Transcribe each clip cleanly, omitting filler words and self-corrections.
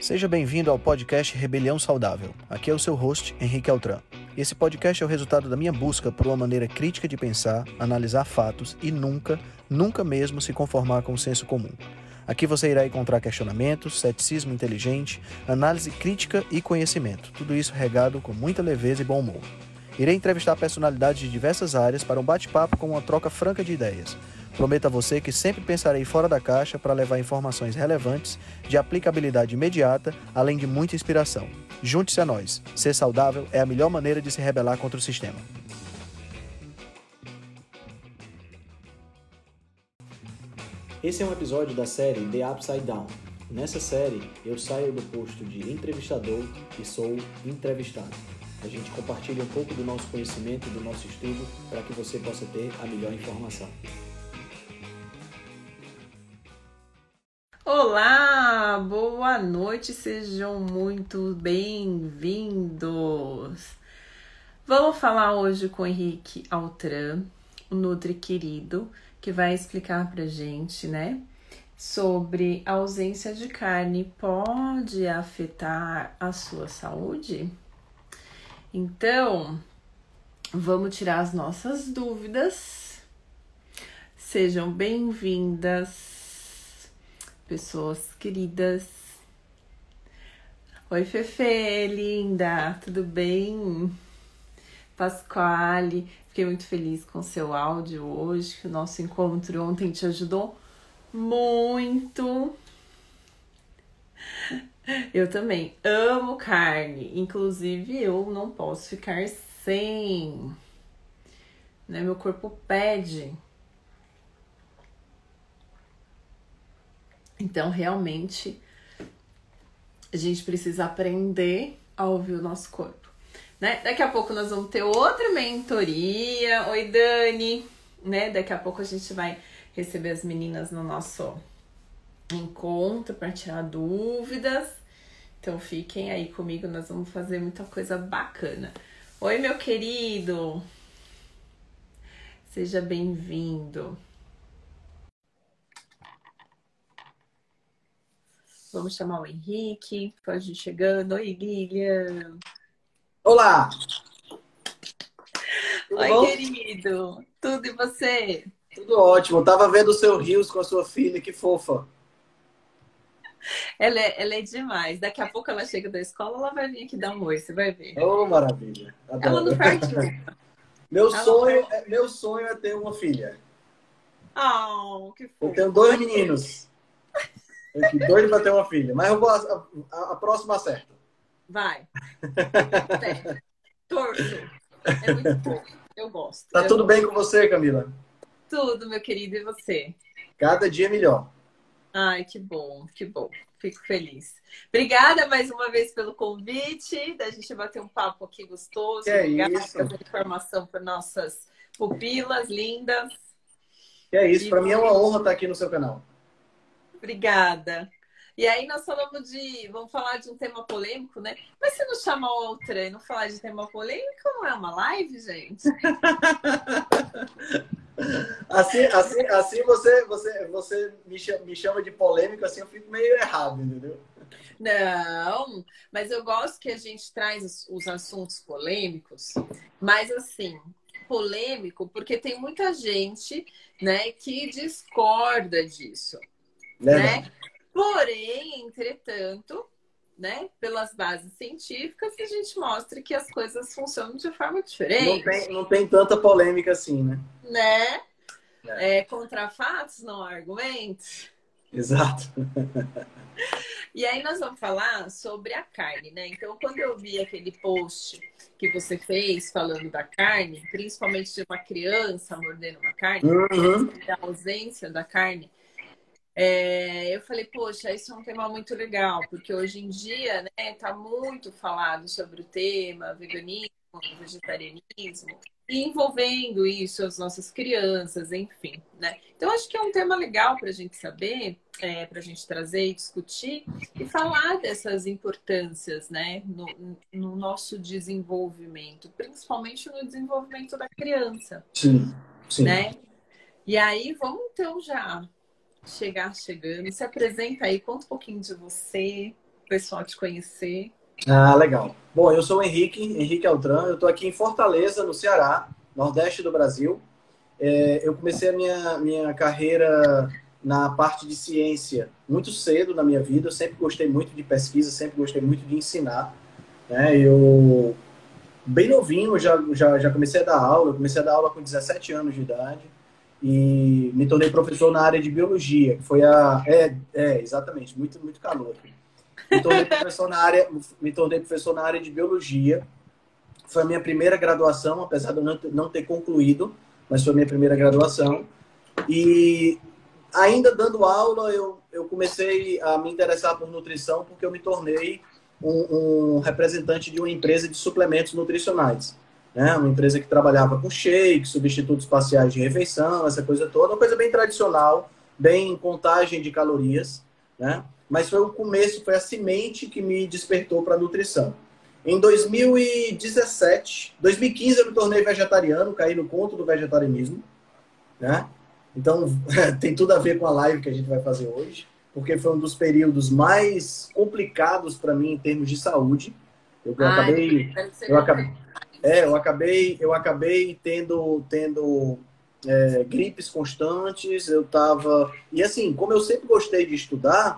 Seja bem-vindo ao podcast Rebelião Saudável. Aqui é o seu host, Henrique Altran. Esse podcast é o resultado da minha busca por uma maneira crítica de pensar, analisar fatos e nunca mesmo se conformar com o senso comum. Aqui você irá encontrar questionamentos, ceticismo inteligente, análise crítica e conhecimento. Tudo isso regado com muita leveza e bom humor. Irei entrevistar personalidades de diversas áreas para um bate-papo com uma troca franca de ideias. Prometo a você que sempre pensarei fora da caixa para levar informações relevantes, de aplicabilidade imediata, além de muita inspiração. Junte-se a nós. Ser saudável é a melhor maneira de se rebelar contra o sistema. Esse é um episódio da série The Upside Down. Nessa série, eu saio do posto de entrevistador e sou entrevistado. A gente compartilha um pouco do nosso conhecimento, do nosso estudo, para que você possa ter a melhor informação. Olá, boa noite, sejam muito bem-vindos. Vamos falar hoje com o Henrique Altran, o Nutri querido, que vai explicar pra gente, sobre a ausência de carne pode afetar a sua saúde? Então, vamos tirar as nossas dúvidas. Sejam bem-vindas, pessoas queridas. Oi, Fefe, linda, tudo bem? Pasquale, fiquei muito feliz com o seu áudio hoje, que o nosso encontro ontem te ajudou muito. Eu também amo carne, inclusive eu não posso ficar sem, Meu corpo pede. Então, realmente, a gente precisa aprender a ouvir o nosso corpo, Daqui a pouco nós vamos ter outra mentoria. Oi, Dani, Daqui a pouco a gente vai receber as meninas no nosso encontro para tirar dúvidas. Então, fiquem aí comigo, nós vamos fazer muita coisa bacana. Oi, meu querido, seja bem-vindo. Vamos chamar o Henrique, pode ir chegando. Oi, Lilian. Olá! Oi, bom? Querido. Tudo e você? Tudo ótimo. Eu tava vendo o seu Rios com a sua filha, que fofa. Ela é demais. Daqui a pouco ela chega da escola, ela vai vir aqui dar um oi, você vai ver. Oh, maravilha. Adoro. Ela não perde uma. Meu sonho é ter uma filha. Oh, que fofo. Eu tenho 2 meninos. Eu fico doido pra ter uma filha. Mas eu vou a próxima acerta. Vai. Torço. É muito bom. Eu gosto. Tá tudo bem com você, Camila? Tudo, meu querido. E você? Cada dia melhor. Ai, que bom, que bom. Fico feliz. Obrigada mais uma vez pelo convite, da gente bater um papo aqui gostoso. Obrigada pela informação para nossas pupilas lindas. Que é isso. Para mim é uma honra estar aqui no seu canal. Obrigada. E aí nós vamos falar de um tema polêmico, Mas se não chamar o Altran e não falar de tema polêmico, não é uma live, gente? Assim você me chama de polêmico, assim eu fico meio errado, entendeu? Não, mas eu gosto que a gente traz os assuntos polêmicos, mas assim, polêmico porque tem muita gente, que discorda disso, Porém, entretanto, pelas bases científicas, a gente mostra que as coisas funcionam de forma diferente. Não tem tanta polêmica assim, Contra fatos, não há argumentos. Exato. E aí nós vamos falar sobre a carne, Então, quando eu vi aquele post que você fez falando da carne, principalmente de uma criança mordendo uma carne, da ausência da carne, eu falei, poxa, isso é um tema muito legal, porque hoje em dia, tá muito falado sobre o tema veganismo, vegetarianismo, e envolvendo isso as nossas crianças, enfim, Então, acho que é um tema legal para a gente saber, para a gente trazer e discutir e falar dessas importâncias, no nosso desenvolvimento, principalmente no desenvolvimento da criança. Sim. E aí, vamos então já chegando. Se apresenta aí, conta um pouquinho de você. pessoal te conhecer. Ah, legal. Bom, eu sou o Henrique Altran, eu estou aqui em Fortaleza, no Ceará, nordeste do Brasil. Eu comecei a minha carreira na parte de ciência muito cedo na minha vida, eu sempre gostei muito de pesquisa, sempre gostei muito de ensinar, né? Eu, bem novinho, já comecei a dar aula, eu comecei a dar aula com 17 anos de idade e me tornei professor na área de biologia, que foi exatamente, muito calor. Me tornei professor na área de biologia. Foi a minha primeira graduação, apesar de eu não ter concluído, mas foi a minha primeira graduação. E ainda dando aula, eu comecei a me interessar por nutrição porque eu me tornei um representante de uma empresa de suplementos nutricionais. Né? Uma empresa que trabalhava com shake, substitutos parciais de refeição, essa coisa toda, uma coisa bem tradicional, bem contagem de calorias, né? Mas foi o começo, foi a semente que me despertou para a nutrição. Em 2017, 2015 eu me tornei vegetariano, caí no conto do vegetarianismo, né? Então, tem tudo a ver com a live que a gente vai fazer hoje, porque foi um dos períodos mais complicados para mim em termos de saúde. Eu acabei tendo gripes constantes, eu tava... E assim, como eu sempre gostei de estudar,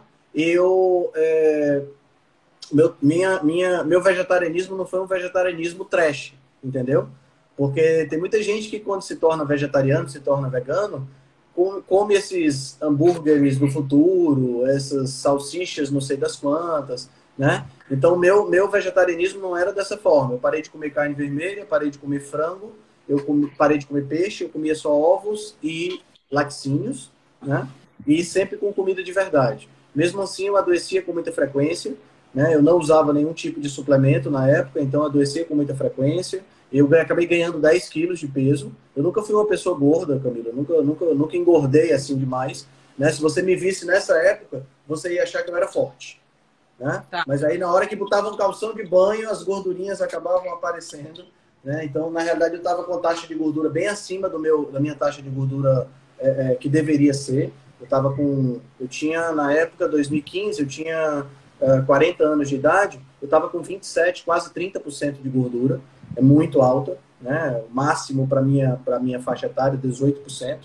meu vegetarianismo não foi um vegetarianismo trash, entendeu? Porque tem muita gente que quando se torna vegetariano, se torna vegano, come esses hambúrgueres do futuro, essas salsichas não sei das quantas, né? Então, meu vegetarianismo não era dessa forma. Eu parei de comer carne vermelha, parei de comer frango, parei de comer peixe, eu comia só ovos e laticínios, né? E sempre com comida de verdade. Mesmo assim, eu adoecia com muita frequência, né? Eu não usava nenhum tipo de suplemento na época, então eu adoecia com muita frequência. Eu acabei ganhando 10 quilos de peso. Eu nunca fui uma pessoa gorda, Camila. Eu nunca engordei assim demais. Né? Se você me visse nessa época, você ia achar que eu era forte. Né? Tá. Mas aí, na hora que botava um calção de banho, as gordurinhas acabavam aparecendo. Né? Então, na realidade, eu estava com taxa de gordura bem acima da minha taxa de gordura que deveria ser. Eu tinha, na época, 2015, eu tinha 40 anos de idade, eu estava com 27, quase 30% de gordura. É muito alta, né? O máximo para minha faixa etária, 18%.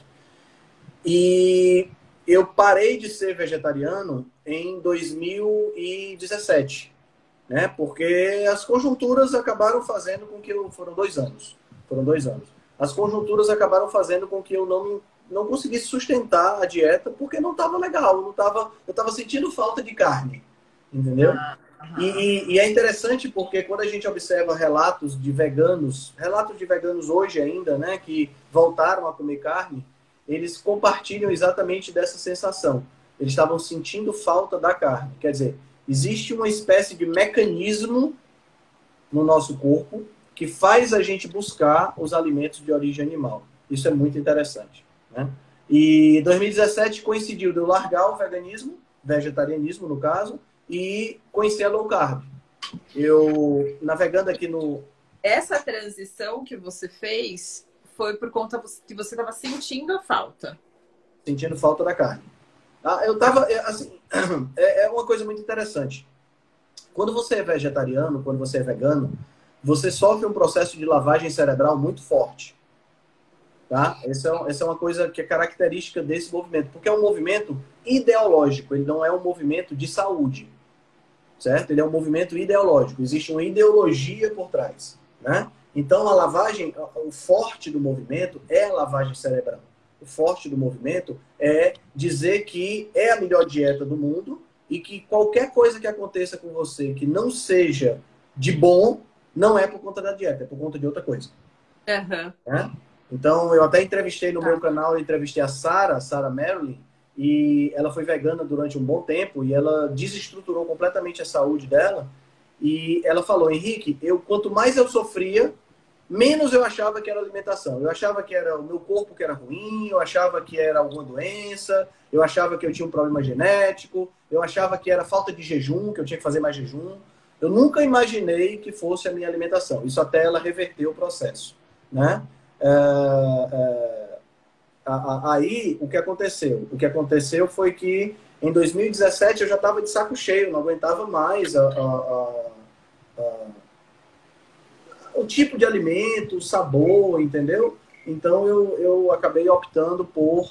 E eu parei de ser vegetariano em 2017, né? Porque as conjunturas acabaram fazendo com que foram 2 anos. As conjunturas acabaram fazendo com que eu não conseguisse sustentar a dieta porque não estava legal, eu estava sentindo falta de carne, entendeu? E é interessante porque quando a gente observa relatos de veganos hoje ainda, né, que voltaram a comer carne, eles compartilham exatamente dessa sensação. Eles estavam sentindo falta da carne. Quer dizer, existe uma espécie de mecanismo no nosso corpo que faz a gente buscar os alimentos de origem animal. Isso é muito interessante, né? E 2017 coincidiu de eu largar o vegetarianismo no caso, e conhecer a low carb. Eu, navegando aqui no... Essa transição que você fez foi por conta que você estava sentindo a falta. Sentindo falta da carne. Eu estava, assim, é uma coisa muito interessante. Quando você é vegetariano, quando você é vegano, você sofre um processo de lavagem cerebral muito forte. Tá? Essa é uma coisa que é característica desse movimento, porque é um movimento ideológico, ele não é um movimento de saúde. Certo? Ele é um movimento ideológico, existe uma ideologia por trás, né? Então a lavagem, o forte do movimento é a lavagem cerebral. O forte do movimento é dizer que é a melhor dieta do mundo e que qualquer coisa que aconteça com você que não seja de bom, não é por conta da dieta, é por conta de outra coisa. Uhum. Né? Então eu até entrevistei no meu canal, eu entrevistei a Sarah Marilyn, e ela foi vegana durante um bom tempo e ela desestruturou completamente a saúde dela. E ela falou, Henrique, quanto mais eu sofria, menos eu achava que era alimentação. Eu achava que era o meu corpo que era ruim, eu achava que era alguma doença, eu achava que eu tinha um problema genético, eu achava que era falta de jejum, que eu tinha que fazer mais jejum. Eu nunca imaginei que fosse a minha alimentação. Isso até ela reverter o processo, né? Aí, o que aconteceu? O que aconteceu foi que Em 2017 eu já estava de saco cheio, não aguentava mais o tipo de alimento, o sabor, entendeu? Então eu acabei optando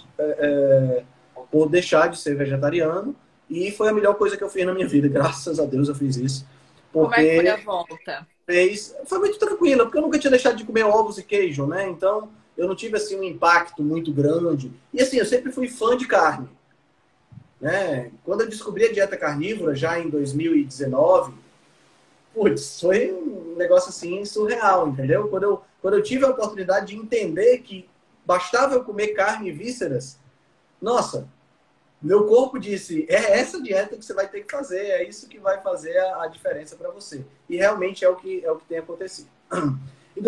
por deixar de ser vegetariano e foi a melhor coisa que eu fiz na minha vida, graças a Deus eu fiz isso. Como é que foi a Porque volta? foi muito tranquila, porque eu nunca tinha deixado de comer ovos e queijo, né? Então eu não tive assim um impacto muito grande. E assim, eu sempre fui fã de carne, né? Quando eu descobri a dieta carnívora, já em 2019, putz, foi um negócio assim surreal, entendeu? Quando eu tive a oportunidade de entender que bastava eu comer carne e vísceras, nossa, meu corpo disse, é essa dieta que você vai ter que fazer, é isso que vai fazer a diferença para você. E realmente é o que tem acontecido. Em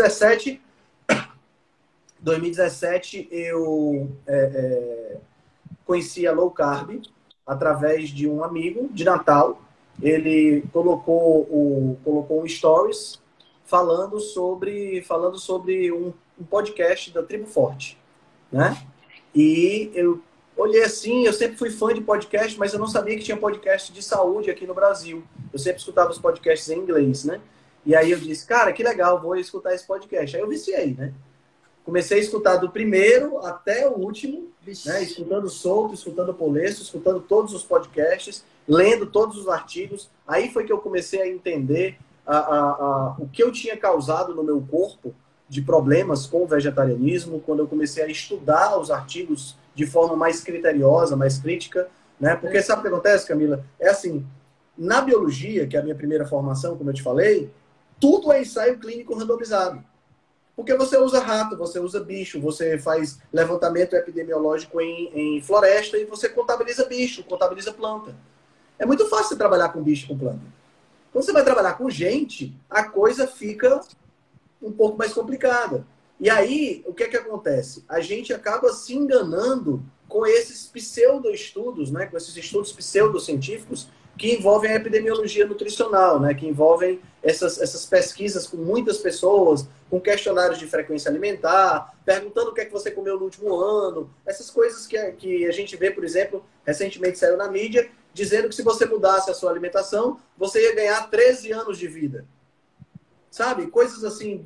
2017 eu conheci a low carb através de um amigo de Natal. Ele colocou um stories falando sobre um podcast da Tribo Forte, né? E eu olhei assim, eu sempre fui fã de podcast, mas eu não sabia que tinha podcast de saúde aqui no Brasil. Eu sempre escutava os podcasts em inglês, né? E aí eu disse, cara, que legal, vou escutar esse podcast. Aí eu viciei, né? Comecei a escutar do primeiro até o último, né? Escutando Solto, escutando Polesso, escutando todos os podcasts, lendo todos os artigos. Aí foi que eu comecei a entender o que eu tinha causado no meu corpo de problemas com o vegetarianismo, quando eu comecei a estudar os artigos de forma mais criteriosa, mais crítica, né? Porque sabe o que acontece, Camila? É assim, na biologia, que é a minha primeira formação, como eu te falei, tudo é ensaio clínico randomizado. Porque você usa rato, você usa bicho, você faz levantamento epidemiológico em floresta e você contabiliza bicho, contabiliza planta. É muito fácil trabalhar com bicho e com planta. Quando você vai trabalhar com gente, a coisa fica um pouco mais complicada. E aí, o que é que acontece? A gente acaba se enganando com esses pseudo-estudos, né? Com esses estudos pseudocientíficos que envolvem a epidemiologia nutricional, né? Que envolvem essas pesquisas com muitas pessoas, com questionários de frequência alimentar, perguntando o que é que você comeu no último ano, essas coisas que a gente vê, por exemplo, recentemente saiu na mídia, dizendo que se você mudasse a sua alimentação, você ia ganhar 13 anos de vida. Sabe? Coisas assim,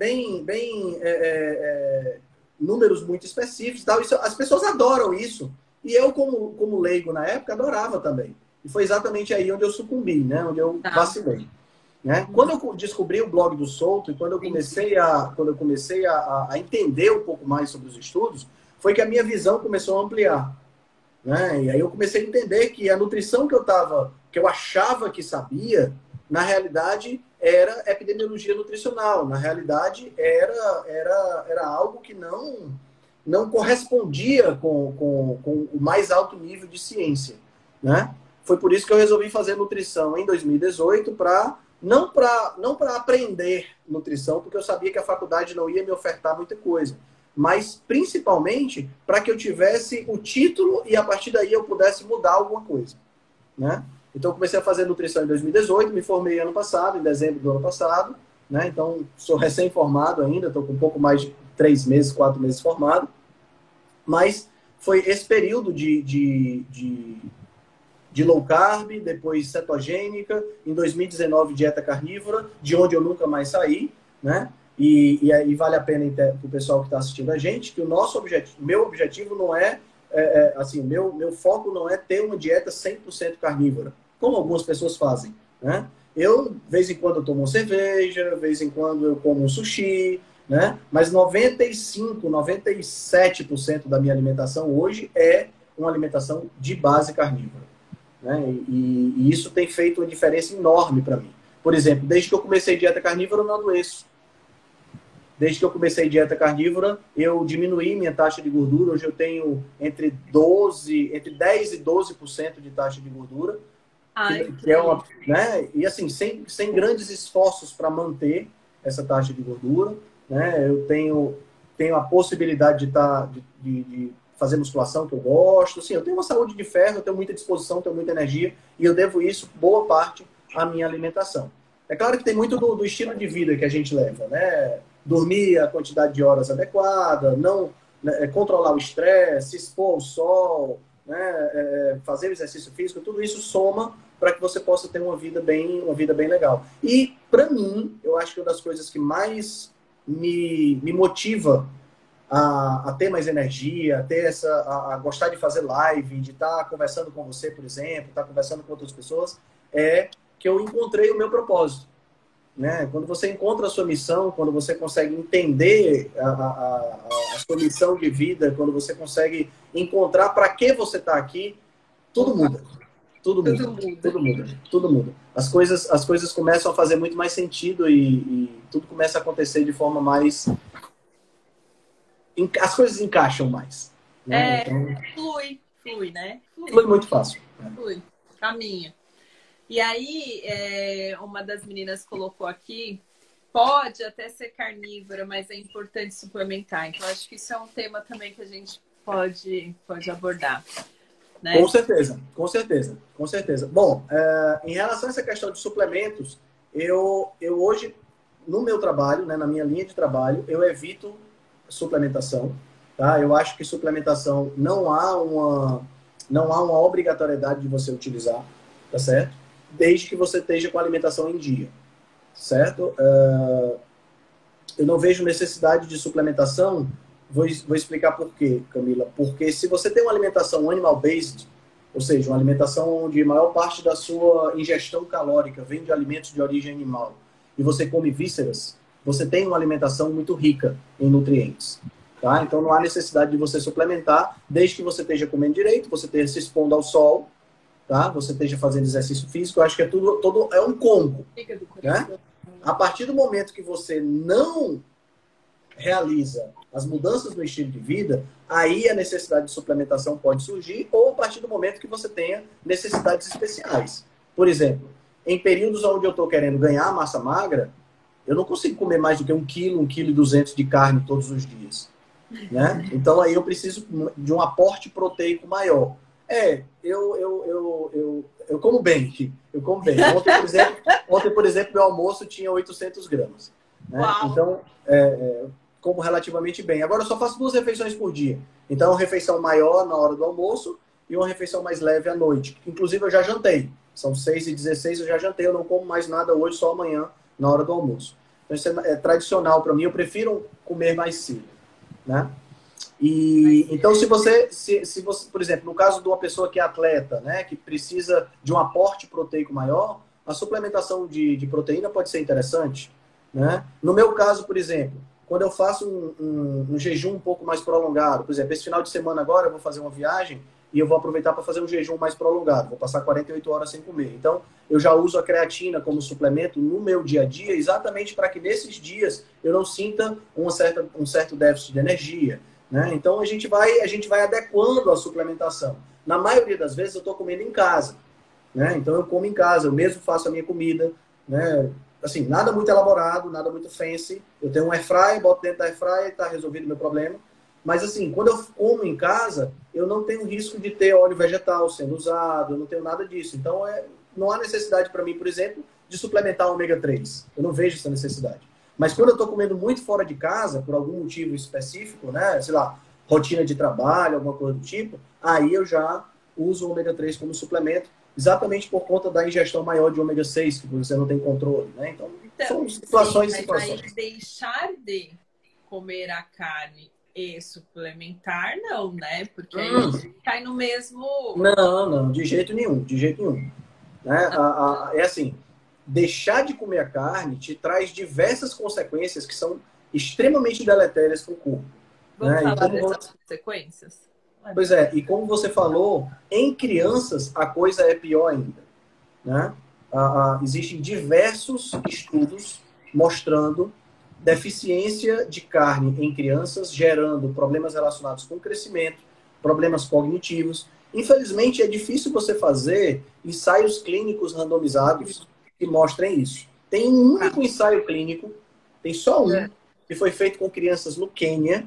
números muito específicos. Tal. Isso, as pessoas adoram isso. E eu, como leigo na época, adorava também. E foi exatamente aí onde eu sucumbi, né? Onde eu vacilei. Né? Quando eu descobri o blog do Solto e quando eu comecei a entender um pouco mais sobre os estudos, foi que a minha visão começou a ampliar. Né? E aí eu comecei a entender que a nutrição que eu achava que sabia, na realidade era epidemiologia nutricional. Na realidade era algo que não correspondia com o mais alto nível de ciência. Né? Foi por isso que eu resolvi fazer nutrição em 2018 não para aprender nutrição, porque eu sabia que a faculdade não ia me ofertar muita coisa, mas principalmente para que eu tivesse o título e a partir daí eu pudesse mudar alguma coisa. Né? Então eu comecei a fazer nutrição em 2018, me formei ano passado, em dezembro do ano passado, né? Então sou recém-formado ainda, estou com um pouco mais de 3 meses, 4 meses formado, mas foi esse período de low carb, depois cetogênica, em 2019 dieta carnívora, de onde eu nunca mais saí, né? E aí vale a pena para o pessoal que está assistindo a gente, que meu objetivo não é, assim, meu foco não é ter uma dieta 100% carnívora, como algumas pessoas fazem, né? Eu, de vez em quando, eu tomo uma cerveja, de vez em quando eu como um sushi, né? Mas 97% da minha alimentação hoje é uma alimentação de base carnívora. Né? E isso tem feito uma diferença enorme para mim. Por exemplo, desde que eu comecei dieta carnívora, eu não adoeço. Desde que eu comecei dieta carnívora, eu diminuí minha taxa de gordura. Hoje eu tenho entre 10 e 12% de taxa de gordura. Que é uma, né? E assim, sem grandes esforços para manter essa taxa de gordura. Né? Eu tenho a possibilidade de fazer musculação, que eu gosto. Assim, eu tenho uma saúde de ferro, eu tenho muita disposição, tenho muita energia, e eu devo isso, boa parte, à minha alimentação. É claro que tem muito do estilo de vida que a gente leva, né? Dormir a quantidade de horas adequada, não, né, controlar o estresse, se expor ao sol, né, fazer o exercício físico, tudo isso soma para que você possa ter uma vida bem legal. E, para mim, eu acho que uma das coisas que mais me motiva a ter mais energia, a gostar de fazer live, de estar conversando com você, por exemplo, estar conversando com outras pessoas, é que eu encontrei o meu propósito. Né? Quando você encontra a sua missão, quando você consegue entender a sua missão de vida, quando você consegue encontrar para que você está aqui, tudo muda. Tudo muda. Tudo muda. As coisas começam a fazer muito mais sentido e tudo começa a acontecer de forma mais... As coisas encaixam mais. Né? Então, flui, né? Flui muito fácil. Flui, caminha. E aí, uma das meninas colocou aqui, pode até ser carnívora, mas é importante suplementar. Então, acho que isso é um tema também que a gente pode abordar. Né? Com certeza. Bom, em relação a essa questão de suplementos, eu hoje, no meu trabalho, né, na minha linha de trabalho, eu evito suplementação. Tá? Eu acho que suplementação não há uma obrigatoriedade de você utilizar, tá certo? Desde que você esteja com a alimentação em dia, certo? Eu não vejo necessidade de suplementação. Vou explicar por quê, Camila. Porque se você tem uma alimentação animal-based, ou seja, uma alimentação onde a maior parte da sua ingestão calórica vem de alimentos de origem animal, e você come vísceras, você tem uma alimentação muito rica em nutrientes. Tá? Então não há necessidade de você suplementar, desde que você esteja comendo direito, você esteja se expondo ao sol, tá? Você esteja fazendo exercício físico. Eu acho que é um combo. Né? A partir do momento que você não realiza as mudanças no estilo de vida, aí a necessidade de suplementação pode surgir, ou a partir do momento que você tenha necessidades especiais. Por exemplo, em períodos onde eu estou querendo ganhar massa magra, eu não consigo comer mais do que 1 quilo, 1,2 kg de carne todos os dias. Né? Então aí eu preciso de um aporte proteico maior. Eu como bem. Eu como bem. Ontem, por exemplo, meu almoço tinha 800 gramas. Né? Então, como relativamente bem. Agora eu só faço 2 refeições por dia. Então, uma refeição maior na hora do almoço e uma refeição mais leve à noite. Inclusive, eu já jantei. São 6h16, eu já jantei. Eu não como mais nada hoje, só amanhã, na hora do almoço. Então, isso é tradicional para mim. Eu prefiro comer mais cedo. Né? Então, se você, por exemplo, no caso de uma pessoa que é atleta, né, que precisa de um aporte proteico maior, a suplementação de proteína pode ser interessante. Né? No meu caso, por exemplo, quando eu faço um jejum um pouco mais prolongado, por exemplo, esse final de semana agora eu vou fazer uma viagem e eu vou aproveitar para fazer um jejum mais prolongado, vou passar 48 horas sem comer. Então, eu já uso a creatina como suplemento no meu dia a dia, exatamente para que nesses dias eu não sinta um certo déficit de energia. Né? Então, a gente vai adequando a suplementação. Na maioria das vezes, eu estou comendo em casa. Né? Então, eu como em casa, eu mesmo faço a minha comida. Né? Assim, nada muito elaborado, nada muito fancy. Eu tenho um airfryer, boto dentro da airfryer e está resolvido o meu problema. Mas, assim, quando eu como em casa, eu não tenho risco de ter óleo vegetal sendo usado, eu não tenho nada disso. Então, não há necessidade para mim, por exemplo, de suplementar ômega 3. Eu não vejo essa necessidade. Mas quando eu estou comendo muito fora de casa, por algum motivo específico, né, sei lá, rotina de trabalho, alguma coisa do tipo, aí eu já uso o ômega 3 como suplemento, exatamente por conta da ingestão maior de ômega 6, que você não tem controle. Né? Então são situações e situações. Mas aí deixar de comer a carne e suplementar, não, né? Porque aí cai no mesmo... Não, de jeito nenhum. Né? É assim, deixar de comer a carne te traz diversas consequências que são extremamente deletérias para o corpo. Vamos falar dessas consequências? Pois é, e como você falou, em crianças a coisa é pior ainda. Né? Existem diversos estudos mostrando deficiência de carne em crianças, gerando problemas relacionados com o crescimento, problemas cognitivos. Infelizmente, é difícil você fazer ensaios clínicos randomizados que mostrem isso. Tem um único ensaio clínico, tem só um, que foi feito com crianças no Quênia.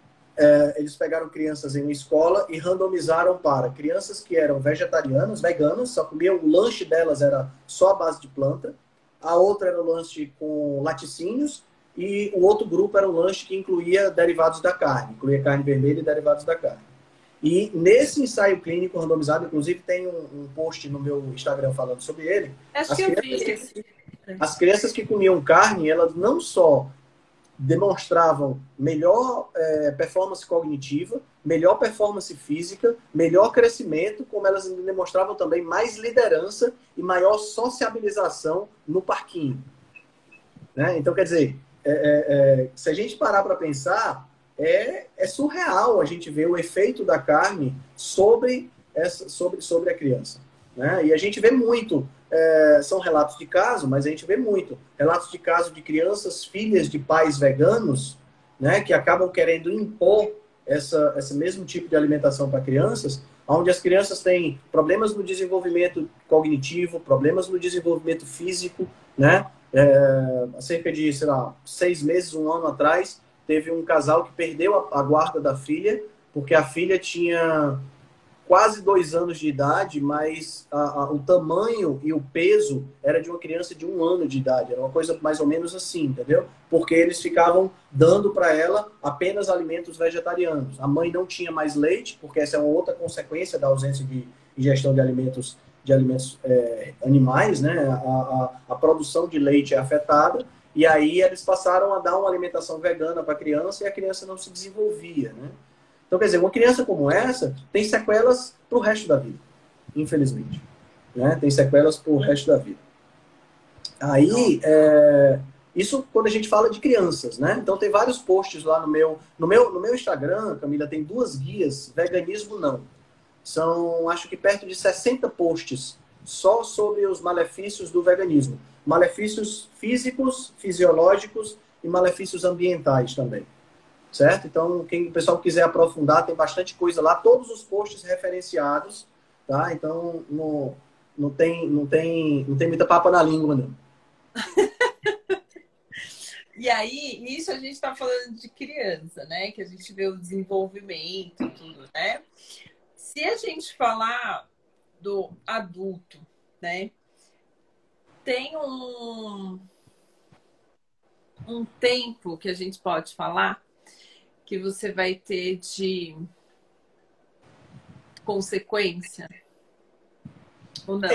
Eles pegaram crianças em uma escola e randomizaram para crianças que eram vegetarianas, veganas, só comiam, o lanche delas era só a base de planta, a outra era o lanche com laticínios, e o outro grupo era o lanche que incluía derivados da carne, incluía carne vermelha e derivados da carne. E nesse ensaio clínico randomizado, inclusive tem um post no meu Instagram falando sobre ele. Acho que eu vi esse. As crianças que comiam carne, elas não só demonstravam melhor performance cognitiva, melhor performance física, melhor crescimento, como elas demonstravam também mais liderança e maior sociabilização no parquinho. Né? Então, quer dizer, se a gente parar para pensar, é surreal a gente ver o efeito da carne sobre a criança. Né? E a gente vê muito, são relatos de caso, mas a gente vê muito relatos de caso de crianças, filhas de pais veganos, né, que acabam querendo impor esse mesmo tipo de alimentação para crianças, onde as crianças têm problemas no desenvolvimento cognitivo, problemas no desenvolvimento físico, né? Há cerca de, 6 meses, 1 ano atrás, teve um casal que perdeu a guarda da filha, porque a filha tinha quase 2 anos de idade, mas o tamanho e o peso era de uma criança de 1 ano de idade. Era uma coisa mais ou menos assim, entendeu? Porque eles ficavam dando para ela apenas alimentos vegetarianos. A mãe não tinha mais leite, porque essa é uma outra consequência da ausência de ingestão de alimentos animais, né? A produção de leite é afetada, e aí eles passaram a dar uma alimentação vegana para a criança e a criança não se desenvolvia, né? Então, quer dizer, uma criança como essa tem sequelas para o resto da vida, infelizmente. Né? Tem sequelas para o resto da vida. Aí, isso quando a gente fala de crianças, né? Então, tem vários posts lá no meu Instagram, Camila, tem 2 guias, veganismo não. São, acho que perto de 60 posts só sobre os malefícios do veganismo. Malefícios físicos, fisiológicos e malefícios ambientais também. Certo? Então, quem o pessoal quiser aprofundar, tem bastante coisa lá, todos os posts referenciados, tá? Então, não tem muita papa na língua, não. E aí, nisso a gente está falando de criança, né? Que a gente vê o desenvolvimento e tudo, né? Se a gente falar do adulto, né? Tem um tempo que a gente pode falar que você vai ter de consequência? Ou não?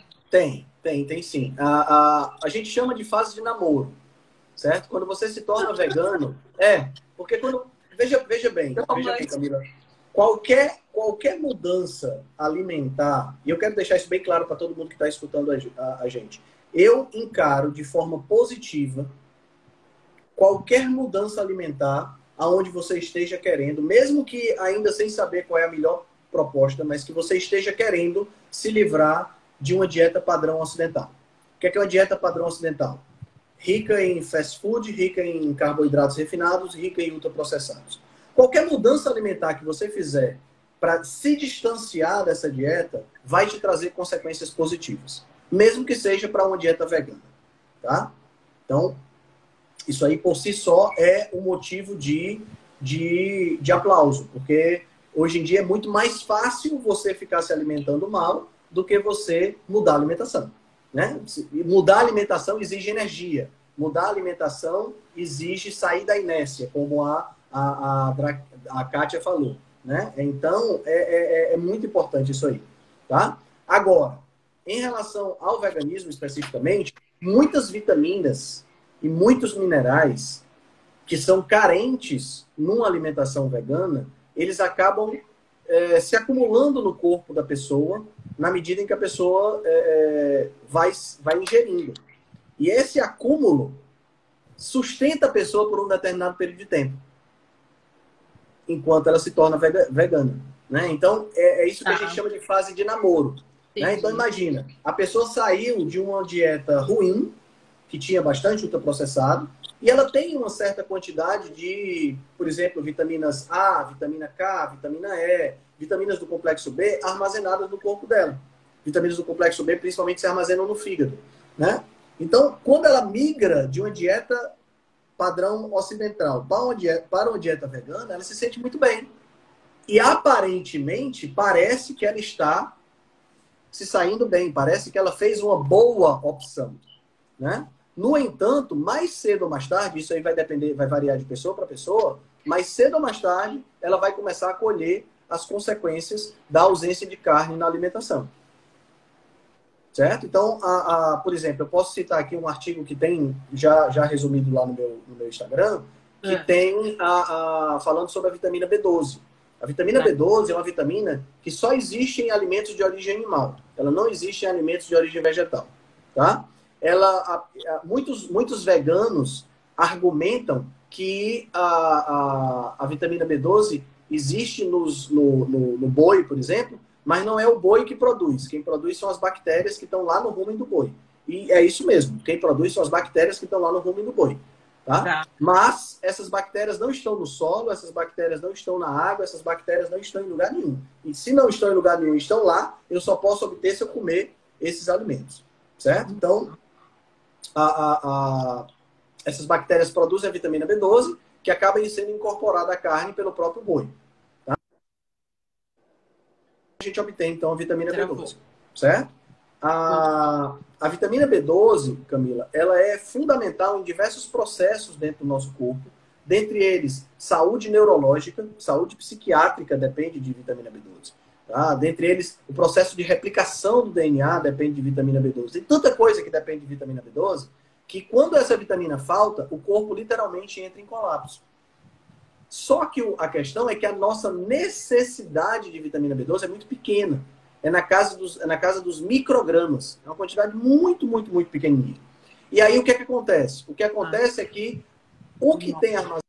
Tem sim. A gente chama de fase de namoro, certo? Quando você se torna vegano, porque quando... Veja bem, Camila. Qualquer mudança alimentar, e eu quero deixar isso bem claro para todo mundo que está escutando a gente, eu encaro de forma positiva qualquer mudança alimentar aonde você esteja querendo, mesmo que ainda sem saber qual é a melhor proposta, mas que você esteja querendo se livrar de uma dieta padrão ocidental. O que é uma dieta padrão ocidental? Rica em fast food, rica em carboidratos refinados, rica em ultraprocessados. Qualquer mudança alimentar que você fizer para se distanciar dessa dieta vai te trazer consequências positivas, mesmo que seja para uma dieta vegana, tá? Então, isso aí por si só é um motivo de aplauso, porque hoje em dia é muito mais fácil você ficar se alimentando mal do que você mudar a alimentação. Né? Mudar a alimentação exige energia, mudar a alimentação exige sair da inércia, como a Kátia falou. Né? Então, é muito importante isso aí. Tá? Agora, em relação ao veganismo especificamente, muitas vitaminas e muitos minerais que são carentes numa alimentação vegana, eles acabam se acumulando no corpo da pessoa na medida em que a pessoa vai ingerindo. E esse acúmulo sustenta a pessoa por um determinado período de tempo, enquanto ela se torna vegana. Né? Então, é isso que a gente chama de fase de namoro. Né? Então, imagina, a pessoa saiu de uma dieta ruim, que tinha bastante ultraprocessado, e ela tem uma certa quantidade de, por exemplo, vitaminas A, vitamina K, vitamina E, vitaminas do complexo B armazenadas no corpo dela. Vitaminas do complexo B principalmente se armazenam no fígado. Né? Então, quando ela migra de uma dieta padrão ocidental para uma dieta vegana, ela se sente muito bem. E aparentemente, parece que ela está se saindo bem, parece que ela fez uma boa opção. Né? No entanto, mais cedo ou mais tarde, isso aí vai variar de pessoa para pessoa, mais cedo ou mais tarde, ela vai começar a colher as consequências da ausência de carne na alimentação. Certo? Então, por exemplo, eu posso citar aqui um artigo que tem, já resumido lá no meu Instagram, que tem falando sobre a vitamina B12. A vitamina B12 é uma vitamina que só existe em alimentos de origem animal. Ela não existe em alimentos de origem vegetal. Tá? Muitos veganos argumentam que a vitamina B12 existe no boi, por exemplo, mas não é o boi que produz. Quem produz são as bactérias que estão lá no rumen do boi. E é isso mesmo. Quem produz são as bactérias que estão lá no rumen do boi. Tá? Mas essas bactérias não estão no solo, essas bactérias não estão na água, essas bactérias não estão em lugar nenhum. E se não estão em lugar nenhum e estão lá, eu só posso obter se eu comer esses alimentos. Certo? Então, essas bactérias produzem a vitamina B12, que acaba sendo incorporada à carne pelo próprio boi. Tá? A gente obtém, então, a vitamina B12. Certo? A vitamina B12, Camila, ela é fundamental em diversos processos dentro do nosso corpo. Dentre eles, saúde neurológica, saúde psiquiátrica depende de vitamina B12. Tá? Dentre eles, o processo de replicação do DNA depende de vitamina B12. Tem tanta coisa que depende de vitamina B12 que quando essa vitamina falta, o corpo literalmente entra em colapso. Só que a questão é que a nossa necessidade de vitamina B12 é muito pequena. É na casa dos microgramas. É uma quantidade muito, muito, muito pequenininha. E aí o que é que acontece? O que acontece é que o que tem armazenado...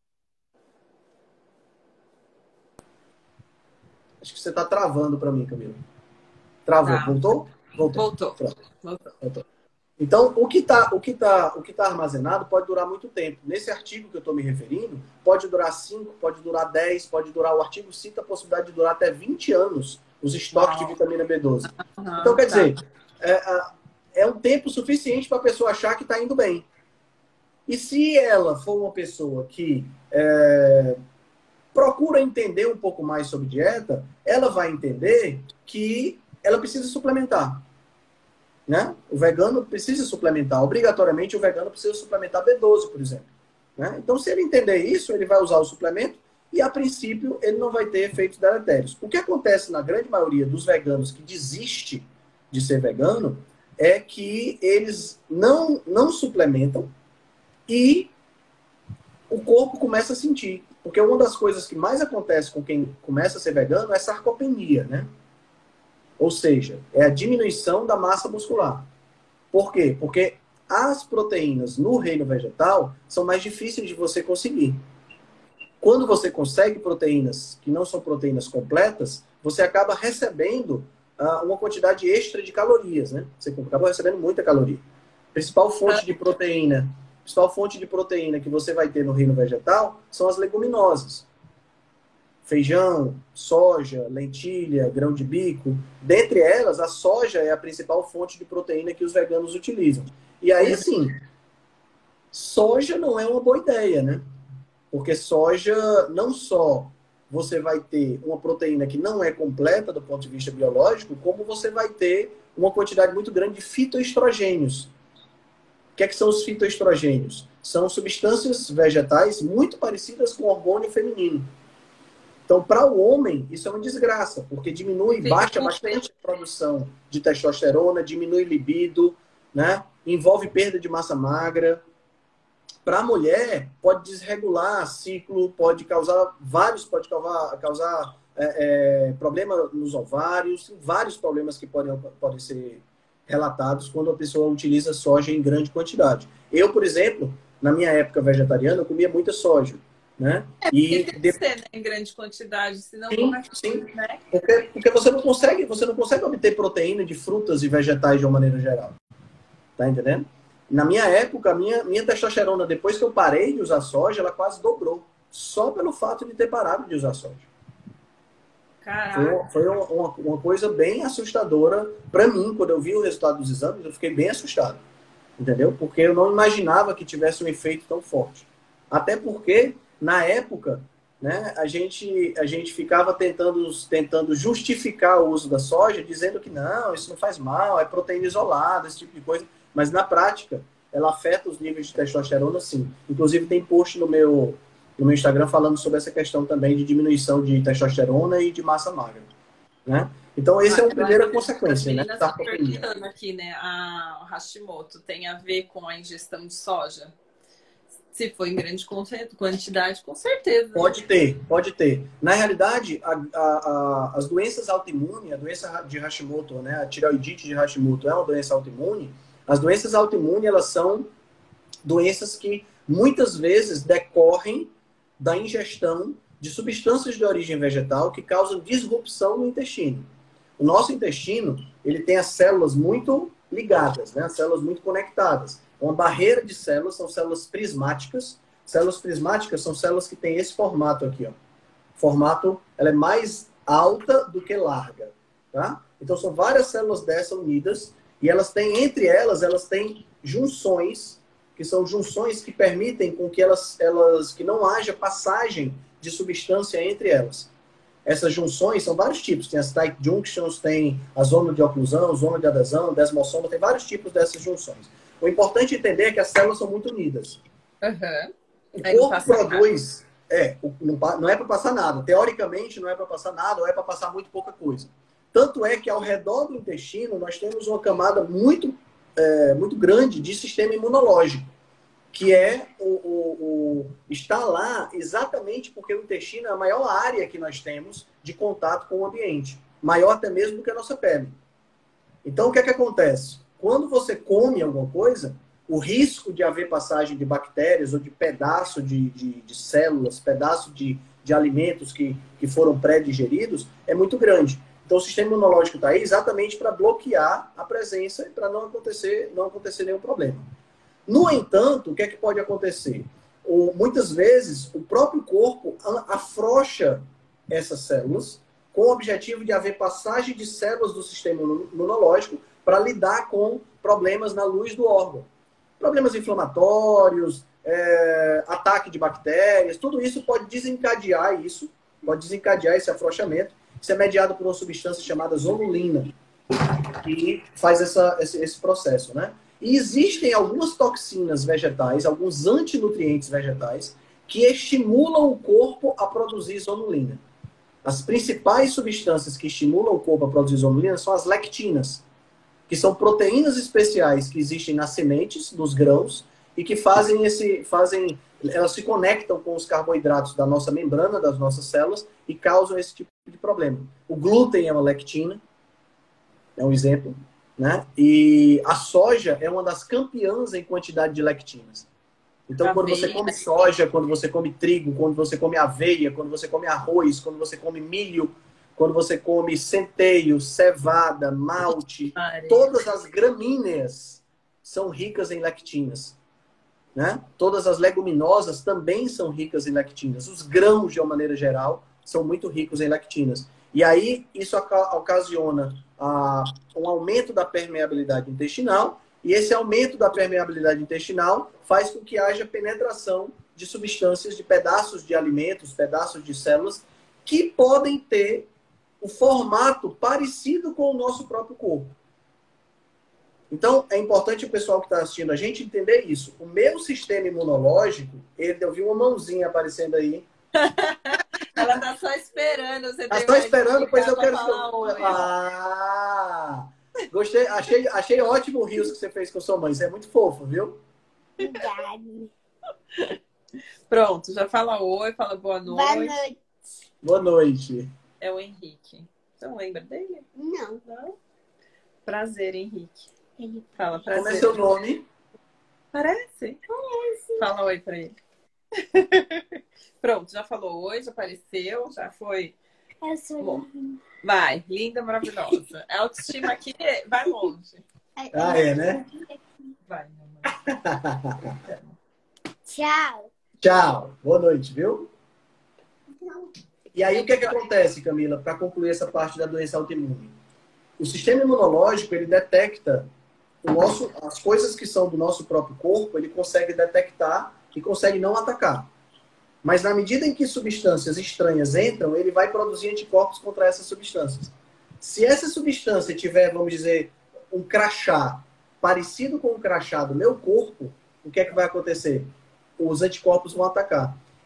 Acho que você está travando para mim, Camila. Travou. Voltou? Voltou. Voltou. Então, o que tá armazenado pode durar muito tempo. Nesse artigo que eu estou me referindo, pode durar 5, pode durar 10, pode durar... O artigo cita a possibilidade de durar até 20 anos os estoques de vitamina B12. Então, quer dizer, é um tempo suficiente para a pessoa achar que está indo bem. E se ela for uma pessoa que procura entender um pouco mais sobre dieta, ela vai entender que ela precisa suplementar. Né? O vegano precisa suplementar. Obrigatoriamente, o vegano precisa suplementar B12, por exemplo. Né? Então, se ele entender isso, ele vai usar o suplemento e, a princípio, ele não vai ter efeitos deletérios. O que acontece na grande maioria dos veganos que desiste de ser vegano é que eles não suplementam e o corpo começa a sentir. Porque uma das coisas que mais acontece com quem começa a ser vegano é sarcopenia, né? Ou seja, é a diminuição da massa muscular. Por quê? Porque as proteínas no reino vegetal são mais difíceis de você conseguir. Quando você consegue proteínas que não são proteínas completas, você acaba recebendo uma quantidade extra de calorias, né? Você acaba recebendo muita caloria. A principal fonte de proteína que você vai ter no reino vegetal são as leguminosas. Feijão, soja, lentilha, grão de bico. Dentre elas, a soja é a principal fonte de proteína que os veganos utilizam. E aí, assim, soja não é uma boa ideia, né? Porque soja, não só você vai ter uma proteína que não é completa do ponto de vista biológico, como você vai ter uma quantidade muito grande de fitoestrogênios. O que são os fitoestrogênios? São substâncias vegetais muito parecidas com o hormônio feminino. Então, para o homem, isso é uma desgraça, porque baixa bastante a produção de testosterona, diminui libido, né? Envolve perda de massa magra. Para a mulher, pode desregular ciclo, pode causar problema nos ovários, vários problemas que podem ser relatados quando a pessoa utiliza soja em grande quantidade. Eu, por exemplo, na minha época vegetariana, eu comia muita soja. Né? E tem que ser, né, em grande quantidade, senão sim. Né? Porque você não consegue obter proteína de frutas e vegetais de uma maneira geral. Tá entendendo? Na minha época, minha testosterona, depois que eu parei de usar soja, ela quase dobrou. Só pelo fato de ter parado de usar soja. Caraca. Foi uma coisa bem assustadora para mim. Quando eu vi o resultado dos exames, eu fiquei bem assustado. Entendeu? Porque eu não imaginava que tivesse um efeito tão forte. Até porque na época, né, a gente ficava tentando justificar o uso da soja, dizendo que não, isso não faz mal, é proteína isolada, esse tipo de coisa. Mas na prática, ela afeta os níveis de testosterona, sim. Inclusive tem post no meu no meu Instagram falando sobre essa questão também de diminuição de testosterona e de massa magra, né? Então, esse é uma primeira consequência, né? Tá perguntando aqui, né? A Hashimoto tem a ver com a ingestão de soja? Se for em grande quantidade, com certeza. Pode ter, pode ter. Na realidade, as doenças autoimunes, a doença de Hashimoto, né? A tireoidite de Hashimoto é uma doença autoimune. As doenças autoimunes, elas são doenças que muitas vezes decorrem da ingestão de substâncias de origem vegetal que causam disrupção no intestino. O nosso intestino, ele tem as células muito ligadas, né? As células muito conectadas. Uma barreira de células são células prismáticas. Células prismáticas são células que têm esse formato aqui, ó. Formato, ela é mais alta do que larga, tá? Então são várias células dessas unidas e elas têm, entre elas têm junções, que são junções que permitem com que que não haja passagem de substância entre elas. Essas junções são vários tipos. Tem as tight junctions, tem a zona de oclusão, zona de adesão, desmossoma, tem vários tipos dessas junções. O importante entender é que as células são muito unidas. Uhum. O corpo produz... não é para passar nada. Teoricamente, não é para passar nada, ou é para passar muito pouca coisa. Tanto é que ao redor do intestino, nós temos uma camada muito grande de sistema imunológico, que está lá exatamente porque o intestino é a maior área que nós temos de contato com o ambiente. Maior até mesmo do que a nossa pele. Então, o que é que acontece? Quando você come alguma coisa, o risco de haver passagem de bactérias ou de pedaço de células, pedaço de alimentos que foram pré-digeridos é muito grande. Então, o sistema imunológico está aí exatamente para bloquear a presença e para não acontecer nenhum problema. No entanto, o que é que pode acontecer? Muitas vezes, o próprio corpo afrouxa essas células com o objetivo de haver passagem de células do sistema imunológico para lidar com problemas na luz do órgão. Problemas inflamatórios, ataque de bactérias, tudo isso pode desencadear esse afrouxamento. Isso é mediado por uma substância chamada zonulina, que faz esse processo, né? E existem algumas toxinas vegetais, alguns antinutrientes vegetais, que estimulam o corpo a produzir zonulina. As principais substâncias que estimulam o corpo a produzir zonulina são as lectinas, que são proteínas especiais que existem nas sementes, nos grãos, e que elas se conectam com os carboidratos da nossa membrana, das nossas células, e causam esse tipo de problema. O glúten é uma lectina, é um exemplo, né? E a soja é uma das campeãs em quantidade de lectinas. Então, quando você come soja, quando você come trigo, quando você come aveia, quando você come arroz, quando você come milho, quando você come centeio, cevada, malte, todas as gramíneas são ricas em lectinas, né? Todas as leguminosas também são ricas em lectinas. Os grãos, de uma maneira geral, são muito ricos em lectinas. E aí, isso ocasiona um aumento da permeabilidade intestinal, e esse aumento da permeabilidade intestinal faz com que haja penetração de substâncias, de pedaços de alimentos, pedaços de células, que podem ter o formato parecido com o nosso próprio corpo. Então, é importante o pessoal que está assistindo a gente entender isso. O meu sistema imunológico, eu vi uma mãozinha aparecendo aí. Ela está só esperando você Está só esperando, pois eu quero... Gostei, achei ótimo o rios que você fez com sua mãe. Isso é muito fofo, viu? Obrigada. Pronto, já fala oi, fala boa noite. Boa noite. Boa noite. É o Henrique. Você não lembra dele? Não. Não? Prazer, Henrique. Ele... Fala, prazer. Como é seu nome? Parece? Parece. Fala oi pra ele. Pronto, já falou oi, já apareceu, já foi. Eu sou bom. Vai, linda, maravilhosa. A autoestima aqui vai longe. É, né? Vai, meu amor. Tchau. Tchau. Boa noite, viu? Não. E aí, o que acontece, Camila, para concluir essa parte da doença autoimune? O sistema imunológico, ele detecta as coisas que são do nosso próprio corpo, ele consegue detectar e consegue não atacar. Mas na medida em que substâncias estranhas entram, ele vai produzir anticorpos contra essas substâncias. Se essa substância tiver, vamos dizer, um crachá parecido com o crachá do meu corpo, o que é que vai acontecer? Os anticorpos vão atacar.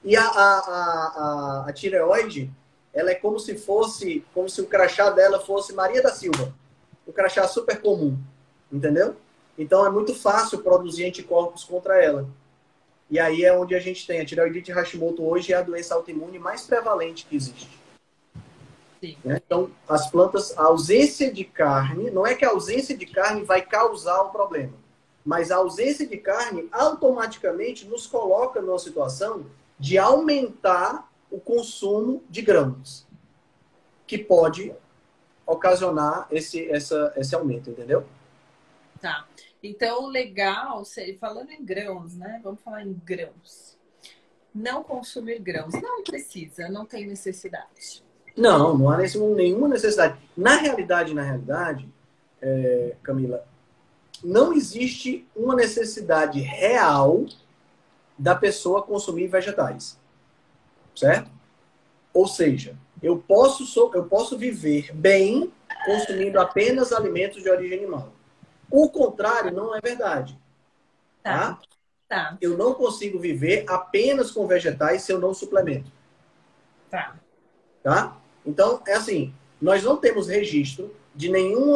E a tireoide, ela é como se fosse, como se o crachá dela fosse Maria da Silva. Um crachá super comum, entendeu? Então é muito fácil produzir anticorpos contra ela. E aí é onde a gente tem a tireoidite Hashimoto hoje é a doença autoimune mais prevalente que existe. Sim. Então, as plantas, a ausência de carne, não é que a ausência de carne vai causar o problema, mas a ausência de carne automaticamente nos coloca numa situação de aumentar o consumo de grãos, que pode ocasionar esse aumento, entendeu? Tá. Então, o legal, falando em grãos, né? Vamos falar em grãos. Não consumir grãos. Não precisa, não tem necessidade. Não há nenhuma necessidade. Na realidade, Camila, não existe uma necessidade real da pessoa consumir vegetais, certo? Ou seja, eu posso viver bem consumindo apenas alimentos de origem animal. O contrário não é verdade, tá? Tá. Eu não consigo viver apenas com vegetais se eu não suplemento. Tá. Tá? Então, é assim, nós não temos registro de nenhum